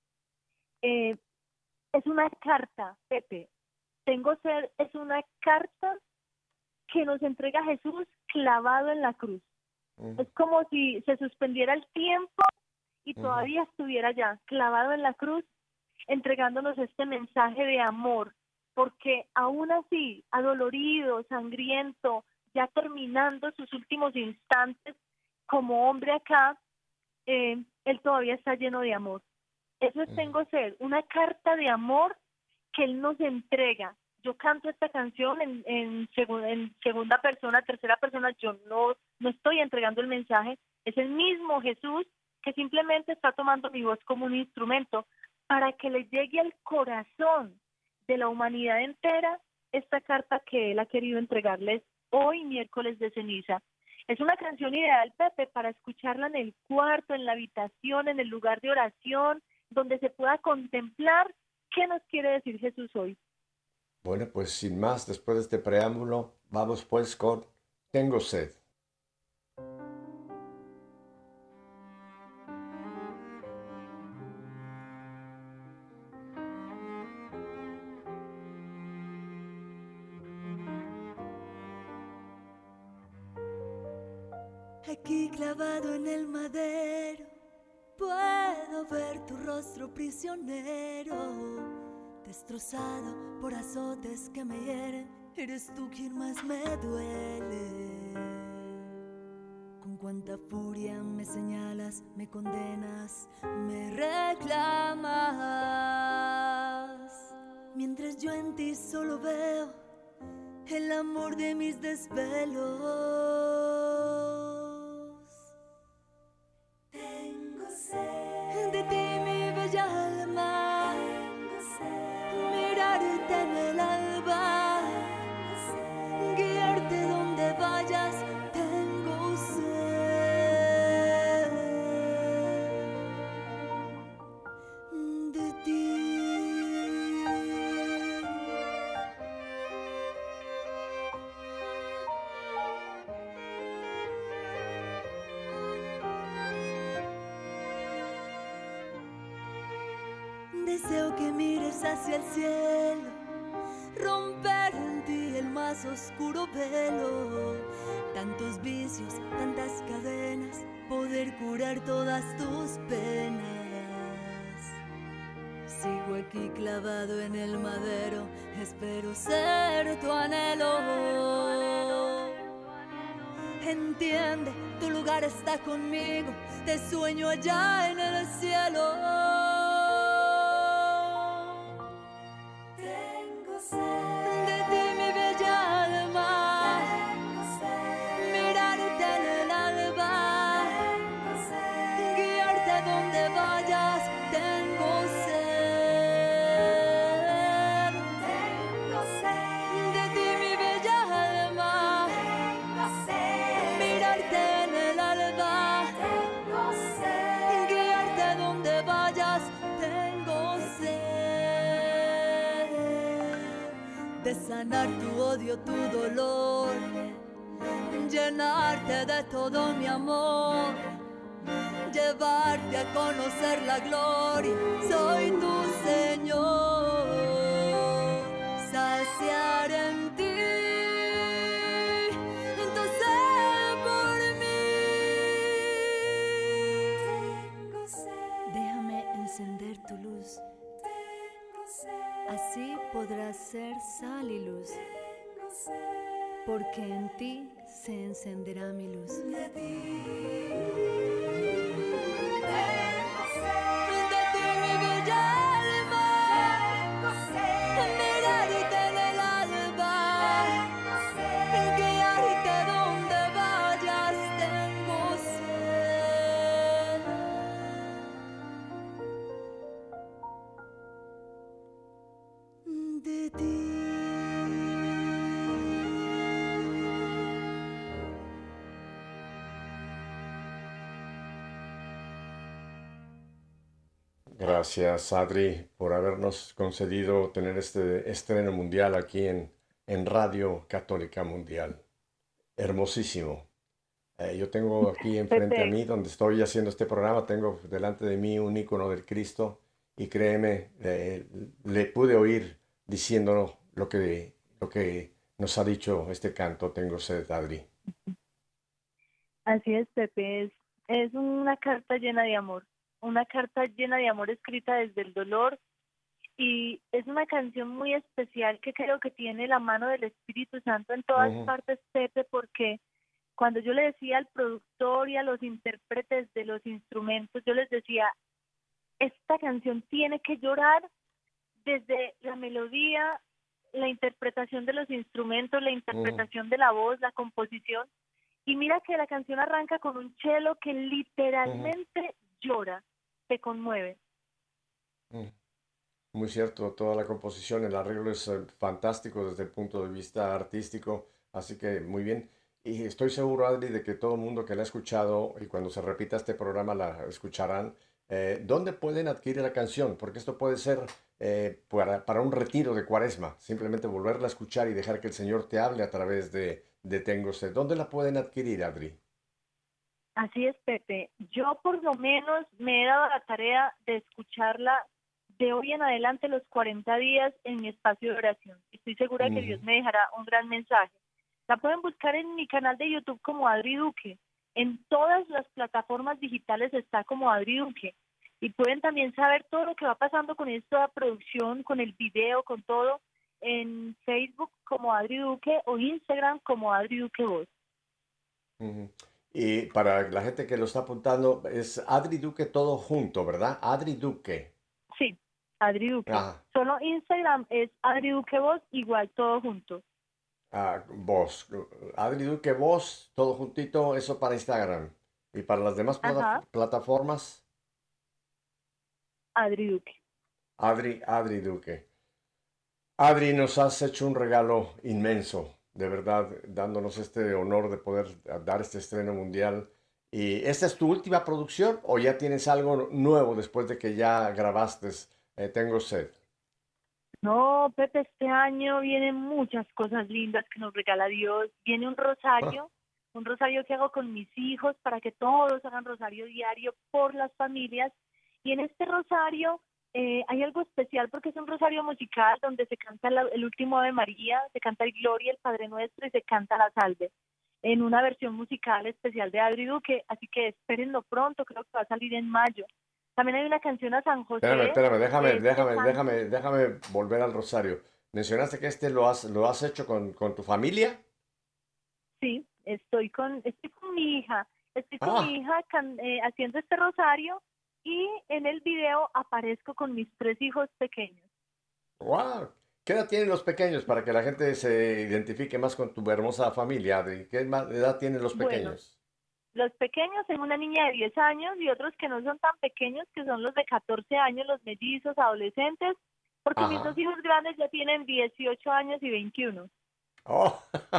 eh, es una carta, Pepe. Tengo sed es una carta que nos entrega Jesús clavado en la cruz. Uh-huh. Es como si se suspendiera el tiempo y todavía uh-huh. estuviera ya clavado en la cruz, entregándonos este mensaje de amor, porque aún así, adolorido, sangriento, ya terminando sus últimos instantes, como hombre acá, eh, él todavía está lleno de amor. Eso es Tengo Sed, una carta de amor que él nos entrega. Yo canto esta canción en, en, segu- en segunda persona, tercera persona, yo no, no estoy entregando el mensaje, es el mismo Jesús que simplemente está tomando mi voz como un instrumento para que le llegue al corazón de la humanidad entera esta carta que él ha querido entregarles hoy, miércoles de ceniza. Es una canción ideal, Pepe, para escucharla en el cuarto, en la habitación, en el lugar de oración, donde se pueda contemplar qué nos quiere decir Jesús hoy. Bueno, pues sin más, después de este preámbulo, vamos pues con Tengo Sed. Aquí clavado en el madero, puedo ver tu rostro prisionero, destrozado por azotes que me hieren. Eres tú quien más me duele. Con cuánta furia me señalas, me condenas, me reclamas, mientras yo en ti solo veo el amor de mis desvelos. Tengo sed de ti, mi bella alma. Tengo sed mirarte en el alba. Tengo sed guiarte donde vayas. Tengo sed de ti. Deseo que mires hacia el cielo, romper en ti el más oscuro velo. Tantos vicios, tantas cadenas, poder curar todas tus penas. Sigo aquí clavado en el madero, espero ser tu anhelo. Entiende, tu lugar está conmigo, te sueño allá en el cielo. Sanar tu odio, tu dolor, llenarte de todo mi amor, llevarte a conocer la gloria. Soy tu Señor, saciar en ti tu sed por mí. Tengo sed. Déjame encender tu luz. Así podrás ser sal y luz. porque en ti se encenderá mi luz. De ti, tengo sed, de ti mi bella alma, tengo sed, mirarte en el alba, tengo sed, guiarte donde vayas, tengo sed. De ti. Gracias, Adri, por habernos concedido tener este estreno mundial aquí en, en Radio Católica Mundial. Hermosísimo. Eh, yo tengo aquí enfrente a mí, donde estoy haciendo este programa, tengo delante de mí un icono del Cristo y créeme, eh, le pude oír diciendo lo que, lo que nos ha dicho este canto, Tengo sed, Adri. Así es, Pepe, es, es una carta llena de amor. Una carta llena de amor escrita desde el dolor y es una canción muy especial que creo que tiene la mano del Espíritu Santo en todas uh-huh. partes, Pepe, porque cuando yo le decía al productor y a los intérpretes de los instrumentos, yo les decía, esta canción tiene que llorar desde la melodía, la interpretación de los instrumentos, la interpretación uh-huh. de la voz, la composición, y mira que la canción arranca con un cello que literalmente uh-huh. llora. Se conmueve. Muy cierto, toda la composición, el arreglo es fantástico desde el punto de vista artístico, así que muy bien. Y estoy seguro, Adri, de que todo el mundo que la ha escuchado y cuando se repita este programa la escucharán. Eh, ¿Dónde pueden adquirir la canción? Porque esto puede ser eh, para, para un retiro de Cuaresma, simplemente volverla a escuchar y dejar que el Señor te hable a través de, de Tengo sed. ¿Dónde la pueden adquirir, Adri? Así es, Pepe. Yo por lo menos me he dado la tarea de escucharla de hoy en adelante los cuarenta días en mi espacio de oración. Estoy segura uh-huh. que Dios me dejará un gran mensaje. La pueden buscar en mi canal de YouTube como Adri Duque. En todas las plataformas digitales está como Adri Duque. Y pueden también saber todo lo que va pasando con esta producción, con el video, con todo, en Facebook como Adri Duque o Instagram como Adri Duque Voz. Uh-huh. Y para la gente que lo está apuntando, es Adri Duque todo junto, ¿verdad? Adri Duque. Sí, Adri Duque. Ah. Solo Instagram es Adri Duque Voz, igual todo junto. Ah, Voz. Adri Duque Voz, todo juntito, eso para Instagram. ¿Y para las demás plata- plataformas? Adri Duque. Adri, Adri Duque. Adri, nos has hecho un regalo inmenso. De verdad, dándonos este honor de poder dar este estreno mundial. ¿Y esta es tu última producción o ya tienes algo nuevo después de que ya grabaste eh, Tengo sed? No, Pepe, este año vienen muchas cosas lindas que nos regala Dios. Viene un rosario, ah. un rosario que hago con mis hijos para que todos hagan rosario diario por las familias. Y en este rosario Eh, hay algo especial porque es un rosario musical donde se canta la, el último Ave María, se canta el Gloria, el Padre Nuestro y se canta la Salve en una versión musical especial de Adri Duque, así que espérenlo pronto, creo que va a salir en mayo. También hay una canción a San José. Espérame, espérame, déjame, eh, déjame, de déjame, déjame volver al rosario. ¿Mencionaste que este lo has, lo has hecho con, con tu familia? Sí, estoy con, estoy con mi hija, estoy con ah. mi hija can, eh, haciendo este rosario. Y en el video aparezco con mis tres hijos pequeños. ¡Wow! ¿Qué edad tienen los pequeños para que la gente se identifique más con tu hermosa familia, Adri? ¿Qué edad tienen los pequeños? Bueno, los pequeños son una niña de diez años y otros que no son tan pequeños, que son los de catorce años, los mellizos, adolescentes, porque Ajá. mis dos hijos grandes ya tienen dieciocho años y veintiuno. Oh,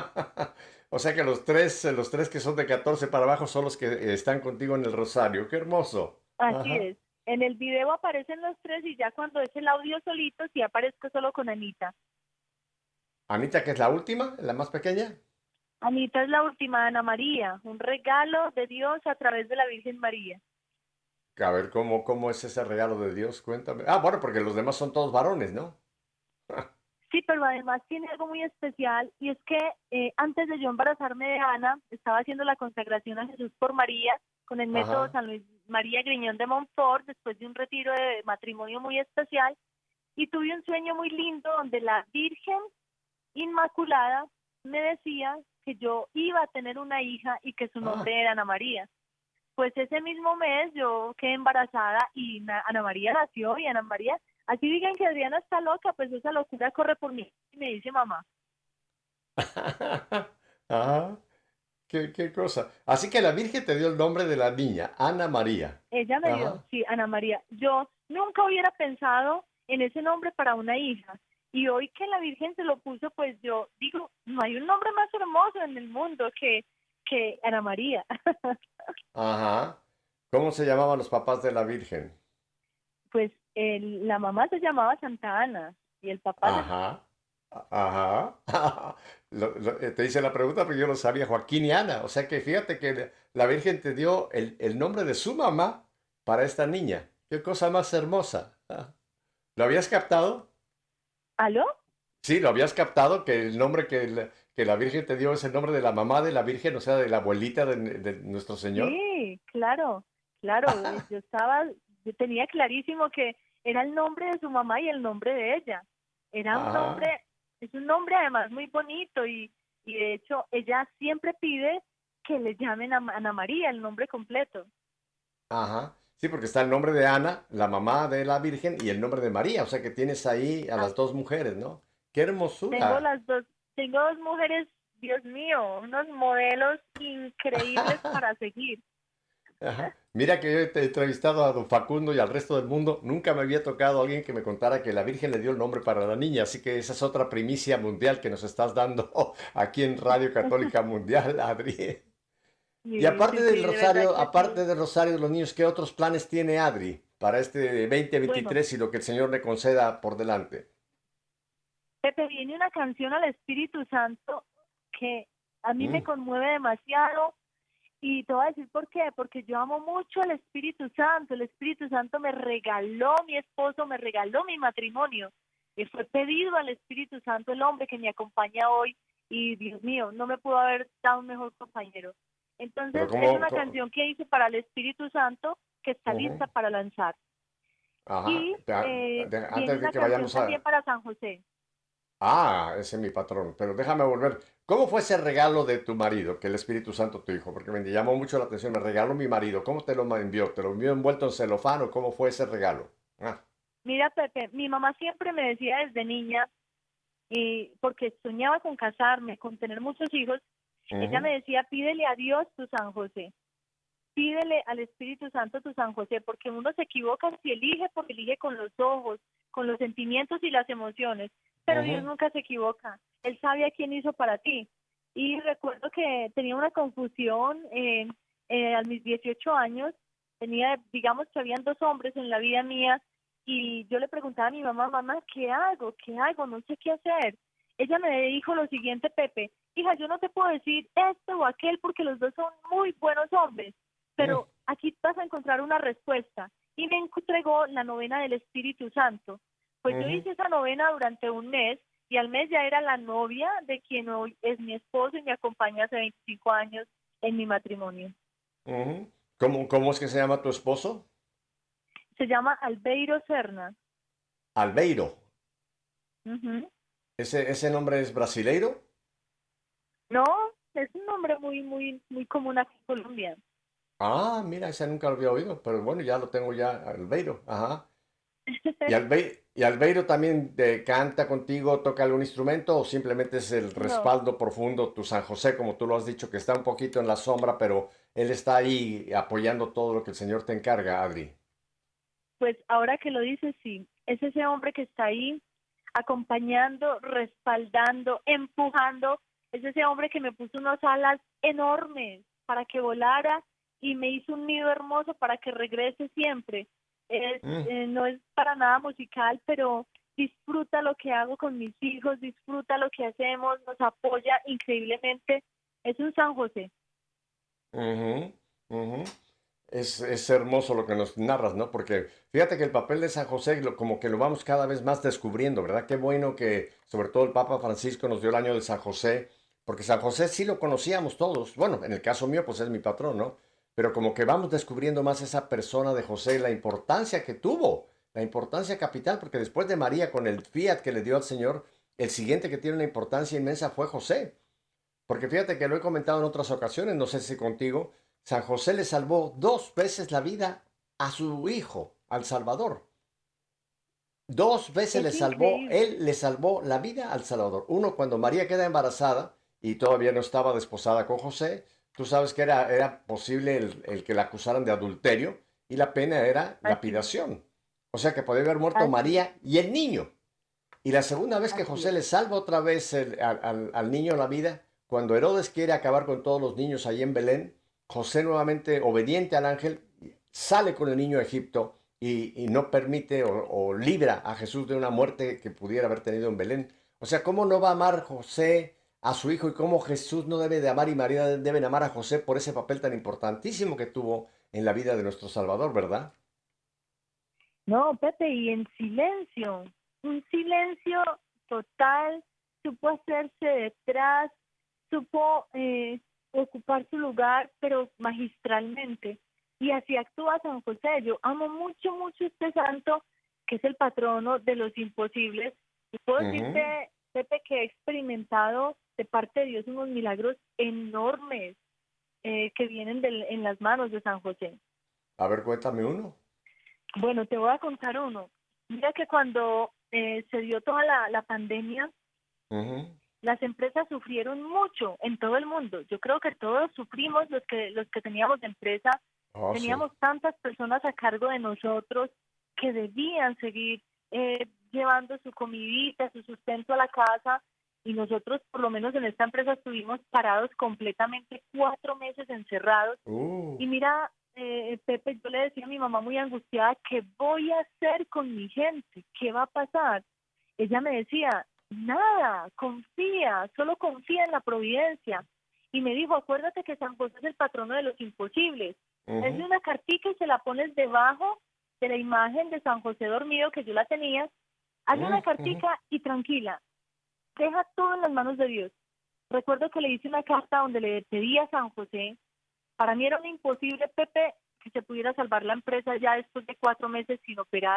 o sea que los tres, los tres que son de catorce para abajo son los que están contigo en el rosario. ¡Qué hermoso! Así Ajá. es. En el video aparecen los tres y ya cuando es el audio solito, sí aparezco solo con Anita. ¿Anita, que es la última, la más pequeña? Anita es la última, Ana María, un regalo de Dios a través de la Virgen María. A ver, ¿cómo, cómo es ese regalo de Dios? Cuéntame. Ah, bueno, porque los demás son todos varones, ¿no? Sí, pero además tiene algo muy especial y es que eh, antes de yo embarazarme de Ana, estaba haciendo la consagración a Jesús por María con el método Ajá. San Luis María Griñón de Montfort, después de un retiro de matrimonio muy especial, y tuve un sueño muy lindo donde la Virgen Inmaculada me decía que yo iba a tener una hija y que su nombre Ah. era Ana María. Pues ese mismo mes yo quedé embarazada y na- Ana María nació y Ana María, así digan que Adriana está loca, pues esa locura corre por mí y me dice mamá. Ah, qué, qué cosa. Así que la Virgen te dio el nombre de la niña, Ana María. Ella me dio, Ajá. sí, Ana María. Yo nunca hubiera pensado en ese nombre para una hija. Y hoy que la Virgen se lo puso, pues yo digo, no hay un nombre más hermoso en el mundo que, que Ana María. Ajá. ¿Cómo se llamaban los papás de la Virgen? Pues el- la mamá se llamaba Santa Ana y el papá se Ajá. Ajá. Lo- lo- eh, te hice la pregunta porque yo lo sabía, Joaquín y Ana. O sea que fíjate que la Virgen te dio el, el nombre de su mamá para esta niña. Qué cosa más hermosa. Ah. ¿Lo habías captado? ¿Aló? Sí, lo habías captado, que el nombre que la, que la Virgen te dio es el nombre de la mamá de la Virgen, o sea, de la abuelita de, de nuestro Señor. Sí, claro, claro. eh, Yo estaba, yo tenía clarísimo que era el nombre de su mamá y el nombre de ella. Era un Ajá, nombre, es un nombre además muy bonito y, y de hecho ella siempre pide que le llamen a Ana María, el nombre completo. ajá. Sí, porque está el nombre de Ana, la mamá de la Virgen, y el nombre de María, o sea que tienes ahí a Ah, las dos mujeres, ¿no? ¡Qué tengo hermosura! las dos, tengo dos mujeres, Dios mío, unos modelos increíbles para seguir. Ajá. Mira que yo te he entrevistado a don Facundo y al resto del mundo, nunca me había tocado alguien que me contara que la Virgen le dio el nombre para la niña, así que esa es otra primicia mundial que nos estás dando aquí en Radio Católica Mundial, Adri. Y Sí, aparte sí, sí, del de verdad rosario, que sí. aparte del rosario de los niños, ¿qué otros planes tiene Adri para este Bueno, dos mil veintitrés y lo que el Señor le conceda por delante? Pepe, viene una canción al Espíritu Santo que a mí me Mm, conmueve demasiado y te voy a decir por qué, porque yo amo mucho al Espíritu Santo. El Espíritu Santo me regaló mi esposo, me regaló mi matrimonio y fue pedido al Espíritu Santo el hombre que me acompaña hoy y Dios mío, no me pudo haber dado un mejor compañero. pero Entonces es ¿cómo? una co- canción que hice para el Espíritu Santo que está Ujú. lista para lanzar. Ajá. Y Ya, eh, de- viene antes de una que canción vayamos también a... para San José. Ah, ese es mi patrón. Pero déjame volver. ¿Cómo fue ese regalo de tu marido, que el Espíritu Santo tu hijo? Porque me llamó mucho la atención. Me regaló mi marido. ¿Cómo te lo envió? ¿Te lo envió envuelto en celofán o cómo fue ese regalo? Ah, Mira, Pepe, mi mamá siempre me decía desde niña, y porque soñaba con casarme, con tener muchos hijos, ella ujú, me decía, pídele a Dios tu San José, pídele al Espíritu Santo tu San José, porque uno se equivoca si elige, porque elige con los ojos, con los sentimientos y las emociones, pero Dios ujú, nunca se equivoca, Él sabe a quién hizo para ti. Y recuerdo que tenía una confusión eh, eh, a mis dieciocho años, tenía, digamos que habían dos hombres en la vida mía, y yo le preguntaba a mi mamá, mamá, ¿qué hago? ¿Qué hago? No sé qué hacer. Ella me dijo lo siguiente, Pepe, hija, yo no te puedo decir esto o aquel porque los dos son muy buenos hombres, mm, pero aquí vas a encontrar una respuesta. Y me entregó la novena del Espíritu Santo. Pues yo ujú, hice esa novena durante un mes y al mes ya era la novia de quien hoy es mi esposo y me acompaña hace veinticinco años en mi matrimonio. ujú. ¿Cómo, cómo es que se llama tu esposo? Se llama Albeiro Serna. Albeiro. Ujú. ¿Ese, ese nombre es brasileiro? No, es un nombre muy, muy, muy común aquí en Colombia. Ah, mira, ese nunca lo había oído, pero bueno, ya lo tengo ya, Albeiro. Ajá. ¿Y, Albe- y Albeiro también eh, canta contigo, toca algún instrumento o simplemente es el No, respaldo profundo, tu San José, como tú lo has dicho, que está un poquito en la sombra, pero él está ahí apoyando todo lo que el Señor te encarga, Adri? pues ahora que lo dices, sí, es ese hombre que está ahí acompañando, respaldando, empujando, es ese hombre que me puso unas alas enormes para que volara y me hizo un nido hermoso para que regrese siempre. Es, Mm, eh, no es para nada musical, pero disfruta lo que hago con mis hijos, disfruta lo que hacemos, nos apoya increíblemente. Es un San José. ujú, ujú. Es, es hermoso lo que nos narras, ¿no? Porque fíjate que el papel de San José, lo- como que lo vamos cada vez más descubriendo, ¿verdad? Qué bueno que sobre todo el Papa Francisco nos dio el año de San José, porque San José sí lo conocíamos todos. Bueno, en el caso mío, pues es mi patrón, ¿no? Pero como que vamos descubriendo más esa persona de José, la importancia que tuvo, la importancia capital, porque después de María, con el fiat que le dio al Señor, el siguiente que tiene una importancia inmensa fue José. Porque fíjate que lo he comentado en otras ocasiones, no sé si contigo, San José le salvó dos veces la vida a su hijo, al Salvador. Dos veces Es le salvó, increíble. él le salvó la vida al Salvador. Uno, cuando María queda embarazada y todavía no estaba desposada con José, tú sabes que era, era posible el, el que la acusaran de adulterio y la pena era Así es, lapidación. O sea que podía haber muerto así es, María y el niño. Y la segunda vez que así José es. le salva otra vez el- al, al- al niño la vida, cuando Herodes quiere acabar con todos los niños allí en Belén, José nuevamente, obediente al ángel, sale con el niño a Egipto y, y no permite o, o libra a Jesús de una muerte que pudiera haber tenido en Belén. O sea, ¿cómo no va a amar José a su hijo y cómo Jesús no debe de amar y María deben amar a José por ese papel tan importantísimo que tuvo en la vida de nuestro Salvador, ¿verdad? No, Pepe, y en silencio, un silencio total, supo hacerse detrás, supo eh, ocupar su lugar, pero magistralmente. Y así actúa San José. Yo amo mucho, mucho este santo, que es el patrono de los imposibles. Y puedo Ujú. decirte, Pepe, que he experimentado de parte de Dios unos milagros enormes eh, que vienen del- en las manos de San José. A ver, cuéntame uno. Bueno, te voy a contar uno. Mira que cuando eh, se dio toda la, la pandemia, Ujú. las empresas sufrieron mucho en todo el mundo. Yo creo que todos sufrimos los que los que teníamos empresa, Oh, sí. teníamos tantas personas a cargo de nosotros que debían seguir eh, llevando su comidita, su sustento a la casa, y nosotros, por lo menos en esta empresa, estuvimos parados completamente cuatro meses encerrados. Uh. Y mira, eh, Pepe, yo le decía a mi mamá muy angustiada, ¿qué voy a hacer con mi gente? ¿Qué va a pasar? Ella me decía, nada, confía, solo confía en la providencia. Y me dijo, acuérdate que San José es el patrono de los imposibles. Es de Ujú. una cartica y se la pones debajo de la imagen de San José dormido, que yo la tenía. Hazle Mm, una ujú. cartica y tranquila, deja todo en las manos de Dios. Recuerdo que le hice una carta donde le pedí a San José. Para mí era un imposible, Pepe, que se pudiera salvar la empresa ya después de cuatro meses sin operar.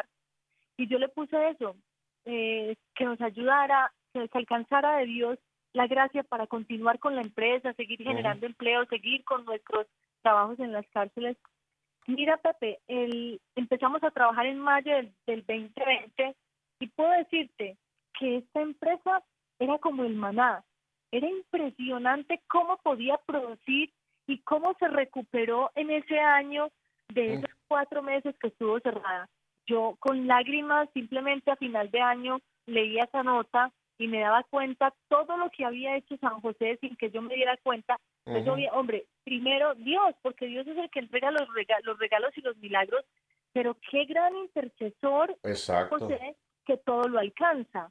Y yo le puse eso, eh, que nos ayudara, que se alcanzara de Dios la gracia para continuar con la empresa, seguir Ujú. generando empleo, seguir con nuestros trabajos en las cárceles. Mira, Pepe, el, empezamos a trabajar en mayo del, del veinte veinte y puedo decirte que esta empresa era como el maná. Era impresionante cómo podía producir y cómo se recuperó en ese año de Mm. esos cuatro meses que estuvo cerrada. Yo con lágrimas simplemente a final de año leía esa nota y me daba cuenta todo lo que había hecho San José sin que yo me diera cuenta. Pues Ujú. obvio, hombre, primero Dios, porque Dios es el que entrega los regalos, los regalos y los milagros, pero qué gran intercesor Exacto. José, que todo lo alcanza.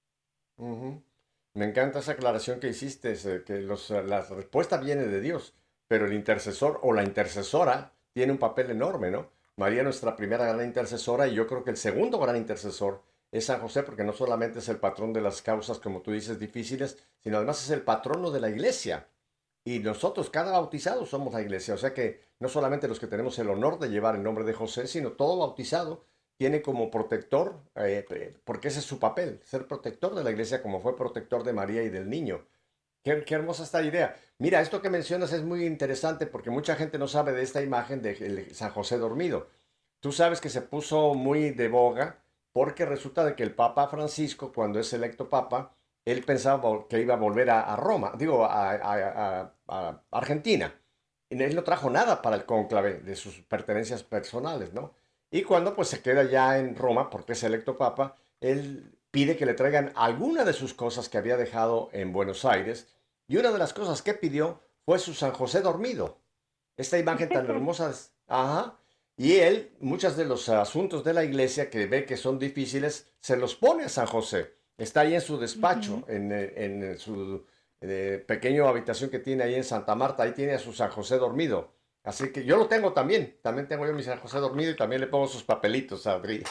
Ujú. Me encanta esa aclaración que hiciste, ese, que los, eh, la respuesta viene de Dios, pero el intercesor o la intercesora tiene un papel enorme, ¿no? María, nuestra primera gran intercesora, y yo creo que el segundo gran intercesor es San José, porque no solamente es el patrón de las causas, como tú dices, difíciles, sino además es el patrono de la iglesia. Y nosotros, cada bautizado, somos la iglesia. O sea que no solamente los que tenemos el honor de llevar el nombre de José, sino todo bautizado tiene como protector, eh, eh, porque ese es su papel, ser protector de la iglesia como fue protector de María y del niño. Qué, qué hermosa esta idea. Mira, esto que mencionas es muy interesante porque mucha gente no sabe de esta imagen de el San José dormido. Tú sabes que se puso muy de boga porque resulta de que el Papa Francisco, cuando es electo Papa, él pensaba vol- que iba a volver a, a Roma, digo, a, a- a- a Argentina. Y él no trajo nada para el cónclave de sus pertenencias personales, ¿no? Y cuando pues se queda ya en Roma, porque es electo Papa, él pide que le traigan alguna de sus cosas que había dejado en Buenos Aires. Y una de las cosas que pidió fue su San José dormido. Esta imagen tan hermosa. es- Ajá. Y él, muchos de los asuntos de la iglesia que ve que son difíciles, se los pone a San José. Está ahí en su despacho, Ujú. en, eh, en su eh, pequeña habitación que tiene ahí en Santa Marta. Ahí tiene a su San José dormido. Así que yo lo tengo también. También tengo yo mi San José dormido y también le pongo sus papelitos, Adri.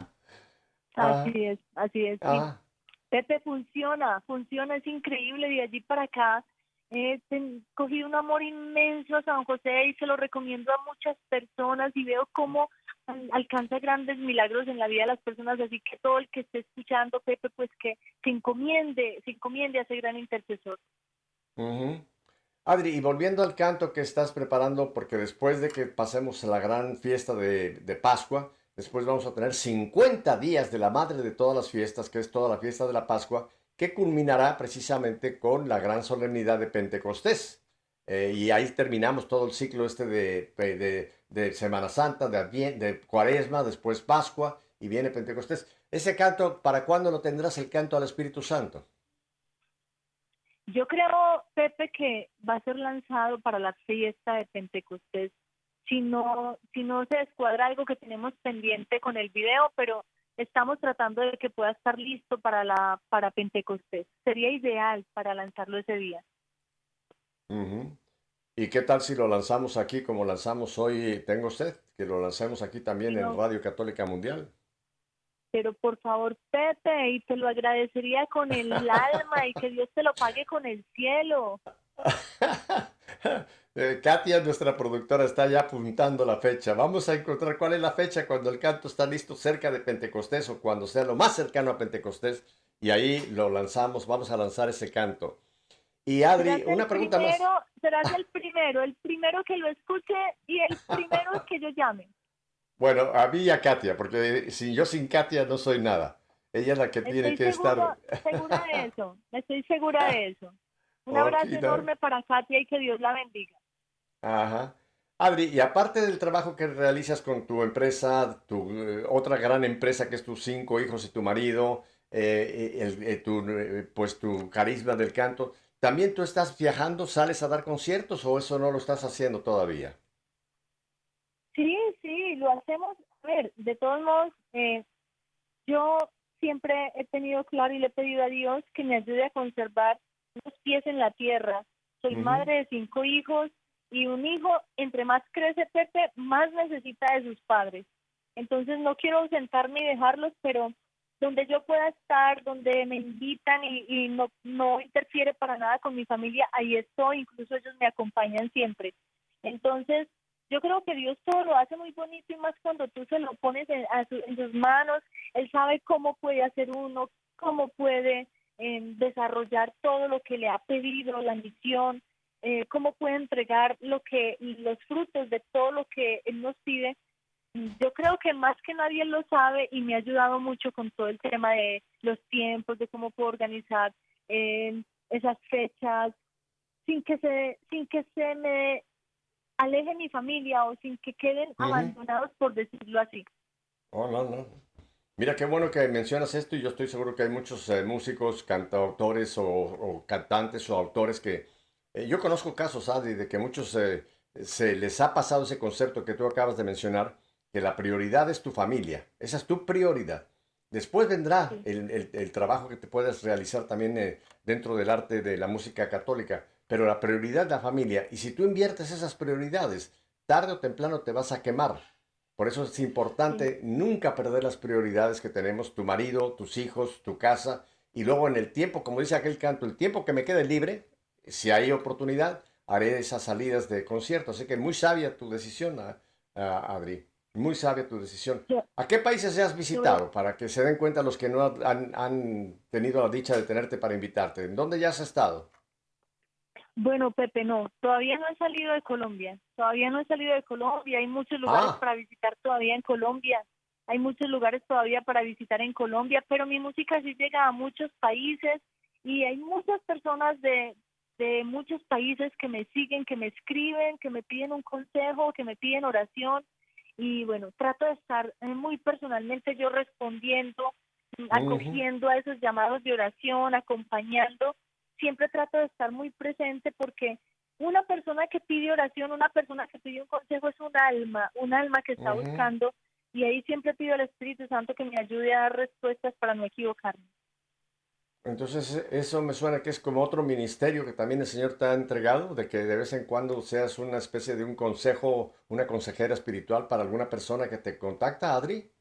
Así Ah, es, así es. Y ah. Pepe, funciona, funciona, es increíble. De allí para acá he ten- cogido un amor inmenso a San José y se lo recomiendo a muchas personas y veo cómo al- alcanza grandes milagros en la vida de las personas. Así que todo el que esté escuchando, Pepe, pues que se encomiende, se encomiende a ese gran intercesor. Ujú. Adri, y volviendo al canto que estás preparando, porque después de que pasemos a la gran fiesta de, de Pascua, después vamos a tener cincuenta días de la madre de todas las fiestas, que es toda la fiesta de la Pascua, que culminará precisamente con la gran solemnidad de Pentecostés. Eh, y ahí terminamos todo el ciclo este de, de- de Semana Santa, de, Advien- de Cuaresma, después Pascua y viene Pentecostés. Ese canto, ¿para cuándo lo tendrás el canto al Espíritu Santo? Yo creo, Pepe, que va a ser lanzado para la fiesta de Pentecostés. Si no, si no se descuadra algo que tenemos pendiente con el video, pero estamos tratando de que pueda estar listo para la para Pentecostés. Sería ideal para lanzarlo ese día. Ujú. ¿Y qué tal si lo lanzamos aquí como lanzamos hoy Tengo Sed? Que lo lancemos aquí también en Pero, Radio Católica Mundial. pero por favor, Pepe, y te lo agradecería con el alma y que Dios te lo pague con el cielo. Eh, Katia, nuestra productora, está ya apuntando la fecha. Vamos a encontrar cuál es la fecha cuando el canto está listo cerca de Pentecostés o cuando sea lo más cercano a Pentecostés y ahí lo lanzamos, vamos a lanzar ese canto. Y Adri, Serás el una pregunta más. primero, serás el primero, el primero que lo escuche y el primero que yo llame. Bueno, a mí y a Katia, porque si yo sin Katia no soy nada. Ella es la que tiene Estoy que seguro, estar. segura de eso, estoy segura de eso. Un Ok, abrazo no. enorme para Katia y que Dios la bendiga. Ajá. Adri, y aparte del trabajo que realizas con tu empresa, tu eh, otra gran empresa que es tus cinco hijos y tu marido, eh, eh, el, eh, tu, eh, pues tu carisma del canto, ¿también tú estás viajando, sales a dar conciertos o eso no lo estás haciendo todavía? Sí, sí, lo hacemos. A ver, de todos modos, eh, yo siempre he tenido claro y le he pedido a Dios que me ayude a conservar los pies en la tierra. Soy Ujú, madre de cinco hijos y un hijo, entre más crece Pepe, más necesita de sus padres. Entonces no quiero ausentarme y dejarlos, pero donde yo pueda estar, donde me invitan y, y no, no interfiere para nada con mi familia, ahí estoy, incluso ellos me acompañan siempre. Entonces, yo creo que Dios todo lo hace muy bonito y más cuando tú se lo pones en, a su- en sus manos. Él sabe cómo puede hacer uno, cómo puede eh, desarrollar todo lo que le ha pedido, la misión, eh, cómo puede entregar lo que los frutos de todo lo que Él nos pide. Yo creo que más que nadie lo sabe y me ha ayudado mucho con todo el tema de los tiempos, de cómo puedo organizar eh, esas fechas sin que se sin que se me aleje mi familia o sin que queden ujú. abandonados, por decirlo así. Oh, no, no. Mira qué bueno que mencionas esto y yo estoy seguro que hay muchos eh, músicos, cantautores o, o cantantes o autores que eh, yo conozco casos, Adri, de que muchos eh, se les ha pasado ese concepto que tú acabas de mencionar, que la prioridad es tu familia, esa es tu prioridad. Después vendrá Sí. el, el- el trabajo que te puedes realizar también eh, dentro del arte de la música católica, pero la prioridad es la familia y si tú inviertes esas prioridades, tarde o temprano te vas a quemar. Por eso es Sí. importante nunca perder las prioridades que tenemos, tu marido, tus hijos, tu casa, y luego en el tiempo, como dice aquel canto, el tiempo que me quede libre, si hay oportunidad, haré esas salidas de concierto. Así que muy sabia tu decisión, a- a- Adri, muy sabia tu decisión. Yo, ¿A qué países has yo, visitado para que se den cuenta los que no han, han tenido la dicha de tenerte para invitarte? ¿En dónde ya has estado? bueno, Pepe, no, todavía no he salido de Colombia, todavía no he salido de Colombia, hay muchos lugares Ah, para visitar todavía en Colombia, hay muchos lugares todavía para visitar en Colombia, pero mi música sí llega a muchos países y hay muchas personas de, de muchos países que me siguen, que me escriben, que me piden un consejo, que me piden oración y bueno, trato de estar eh, muy personalmente yo respondiendo, mm, ujú, acogiendo a esos llamados de oración, acompañando. Siempre trato de estar muy presente porque una persona que pide oración, una persona que pide un consejo es un alma, un alma que está ujú. buscando y ahí siempre pido al Espíritu Santo que me ayude a dar respuestas para no equivocarme. Entonces, eso me suena que es como otro ministerio que también el Señor te ha entregado, de que de vez en cuando seas una especie de un consejo, una consejera espiritual para alguna persona que te contacta, Adri.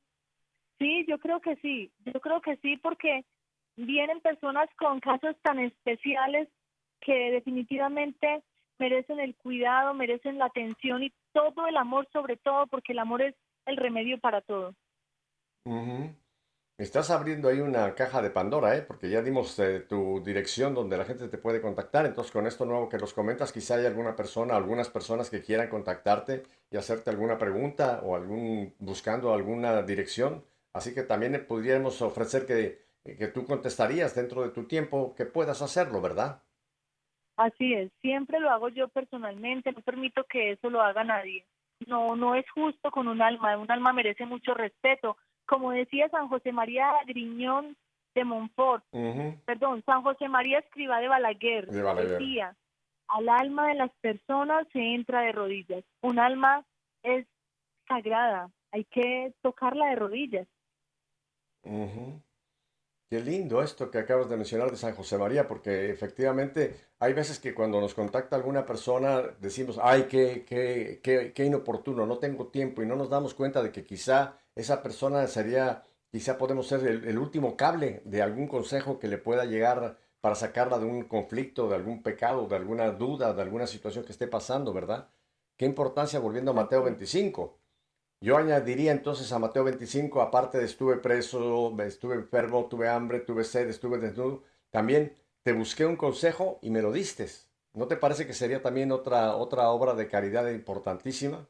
Sí, yo creo que sí, yo creo que sí porque vienen personas con casos tan especiales que definitivamente merecen el cuidado, merecen la atención y todo el amor sobre todo porque el amor es el remedio para todo. Ujú. Estás abriendo ahí una caja de Pandora, ¿eh? Porque ya dimos eh, tu dirección donde la gente te puede contactar. Entonces, con esto nuevo que nos comentas, quizá hay alguna persona, algunas personas que quieran contactarte y hacerte alguna pregunta o algún buscando alguna dirección. Así que también podríamos ofrecer que, que tú contestarías dentro de tu tiempo, que puedas hacerlo, ¿verdad? Así es, siempre lo hago yo personalmente, no permito que eso lo haga nadie. No, no es justo con un alma, un alma merece mucho respeto. Como decía San José María Griñón de Montfort, uh-huh. perdón, San José María Escrivá de Balaguer, de Balaguer, decía, al alma de las personas se entra de rodillas. Un alma es sagrada, hay que tocarla de rodillas. Uh-huh. Qué lindo esto que acabas de mencionar de San José María, porque efectivamente hay veces que cuando nos contacta alguna persona decimos, ay, qué, qué, qué, qué inoportuno, no tengo tiempo, y no nos damos cuenta de que quizá esa persona sería, quizá podemos ser el, el último cable de algún consejo que le pueda llegar para sacarla de un conflicto, de algún pecado, de alguna duda, de alguna situación que esté pasando, ¿verdad? Qué importancia, volviendo a Mateo veinticinco. Yo añadiría entonces a Mateo veinticinco, aparte de estuve preso, estuve enfermo, tuve hambre, tuve sed, estuve desnudo, también te busqué un consejo y me lo diste. ¿No te parece que sería también otra, otra obra de caridad importantísima?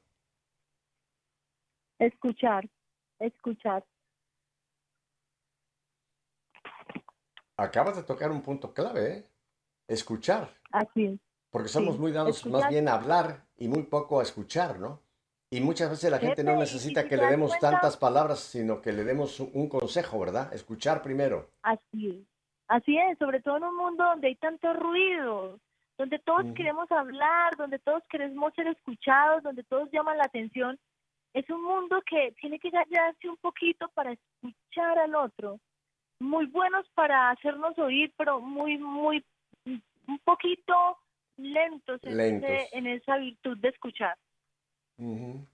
Escuchar, escuchar. Acabas de tocar un punto clave, ¿eh? Escuchar. Así es. Porque somos sí. muy dados escuchar. más bien a hablar y muy poco a escuchar, ¿no? Y muchas veces la gente no necesita si que le demos cuenta, tantas palabras, sino que le demos un consejo, ¿verdad? Escuchar primero. Así es, así es, sobre todo en un mundo donde hay tanto ruido, donde todos uh-huh. queremos hablar, donde todos queremos ser escuchados, donde todos llaman la atención. Es un mundo que tiene que callarse un poquito para escuchar al otro. Muy buenos para hacernos oír, pero muy, muy, un poquito lentos, lentos. En, ese, en esa virtud de escuchar. Uh-huh.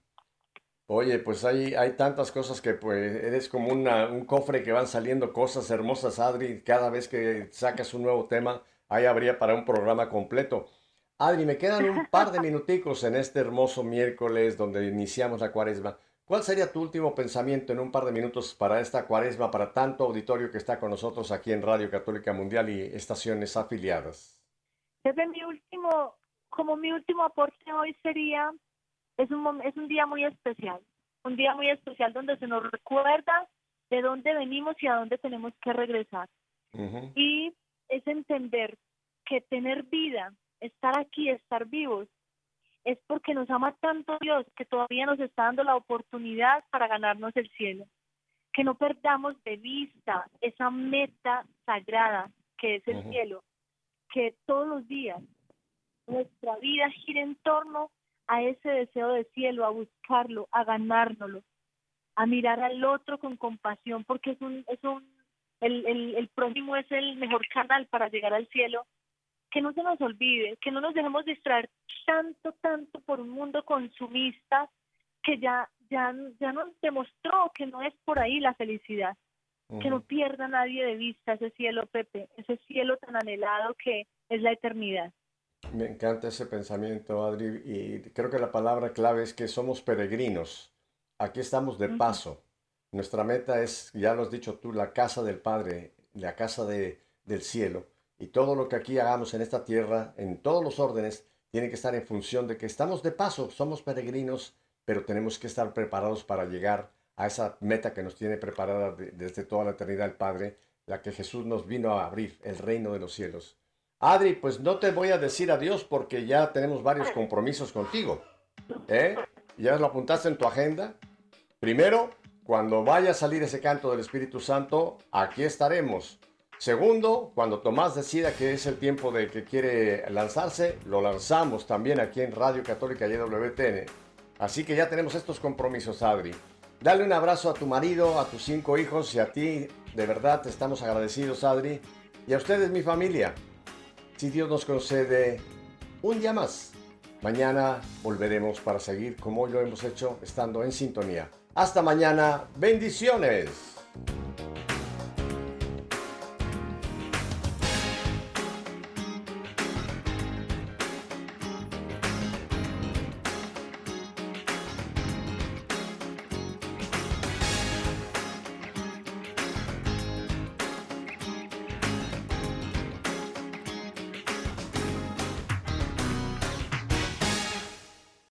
Oye, pues hay, hay tantas cosas que pues eres como una, un cofre que van saliendo cosas hermosas, Adri. Cada vez que sacas un nuevo tema, ahí habría para un programa completo. Adri, me quedan un par de minuticos en este hermoso miércoles donde iniciamos la cuaresma. ¿Cuál sería tu último pensamiento en un par de minutos para esta cuaresma, para tanto auditorio que está con nosotros aquí en Radio Católica Mundial y estaciones afiliadas? Desde mi último, como mi último aporte hoy sería... Es un, es un día muy especial, un día muy especial donde se nos recuerda de dónde venimos y a dónde tenemos que regresar. Uh-huh. Y es entender que tener vida, estar aquí, estar vivos, es porque nos ama tanto Dios que todavía nos está dando la oportunidad para ganarnos el cielo. Que no perdamos de vista esa meta sagrada que es el uh-huh. cielo, que todos los días nuestra vida gira en torno a ese deseo de cielo, a buscarlo, a ganárnoslo, a mirar al otro con compasión, porque es un, es un, el, el, el prójimo es el mejor canal para llegar al cielo. Que no se nos olvide, que no nos dejemos distraer tanto, tanto por un mundo consumista que ya, ya, ya nos demostró que no es por ahí la felicidad. Uh-huh. Que no pierda nadie de vista ese cielo, Pepe, ese cielo tan anhelado que es la eternidad. Me encanta ese pensamiento, Adri, y creo que la palabra clave es que somos peregrinos. Aquí estamos de paso. Uh-huh. Nuestra meta es, ya lo has dicho tú, la casa del Padre, la casa de, del cielo. Y todo lo que aquí hagamos en esta tierra, en todos los órdenes, tiene que estar en función de que estamos de paso, somos peregrinos, pero tenemos que estar preparados para llegar a esa meta que nos tiene preparada de, desde toda la eternidad el Padre, la que Jesús nos vino a abrir, el reino de los cielos. Adri, pues no te voy a decir adiós porque ya tenemos varios compromisos contigo. ¿Eh? ¿Ya lo apuntaste en tu agenda? Primero, cuando vaya a salir ese canto del Espíritu Santo, aquí estaremos. Segundo, cuando Tomás decida que es el tiempo de que quiere lanzarse, lo lanzamos también aquí en Radio Católica Y W T N. Así que ya tenemos estos compromisos, Adri. Dale un abrazo a tu marido, a tus cinco hijos y a ti. De verdad te estamos agradecidos, Adri. Y a ustedes, mi familia. Si Dios nos concede un día más, mañana volveremos para seguir como hoy lo hemos hecho, estando en sintonía. Hasta mañana, bendiciones.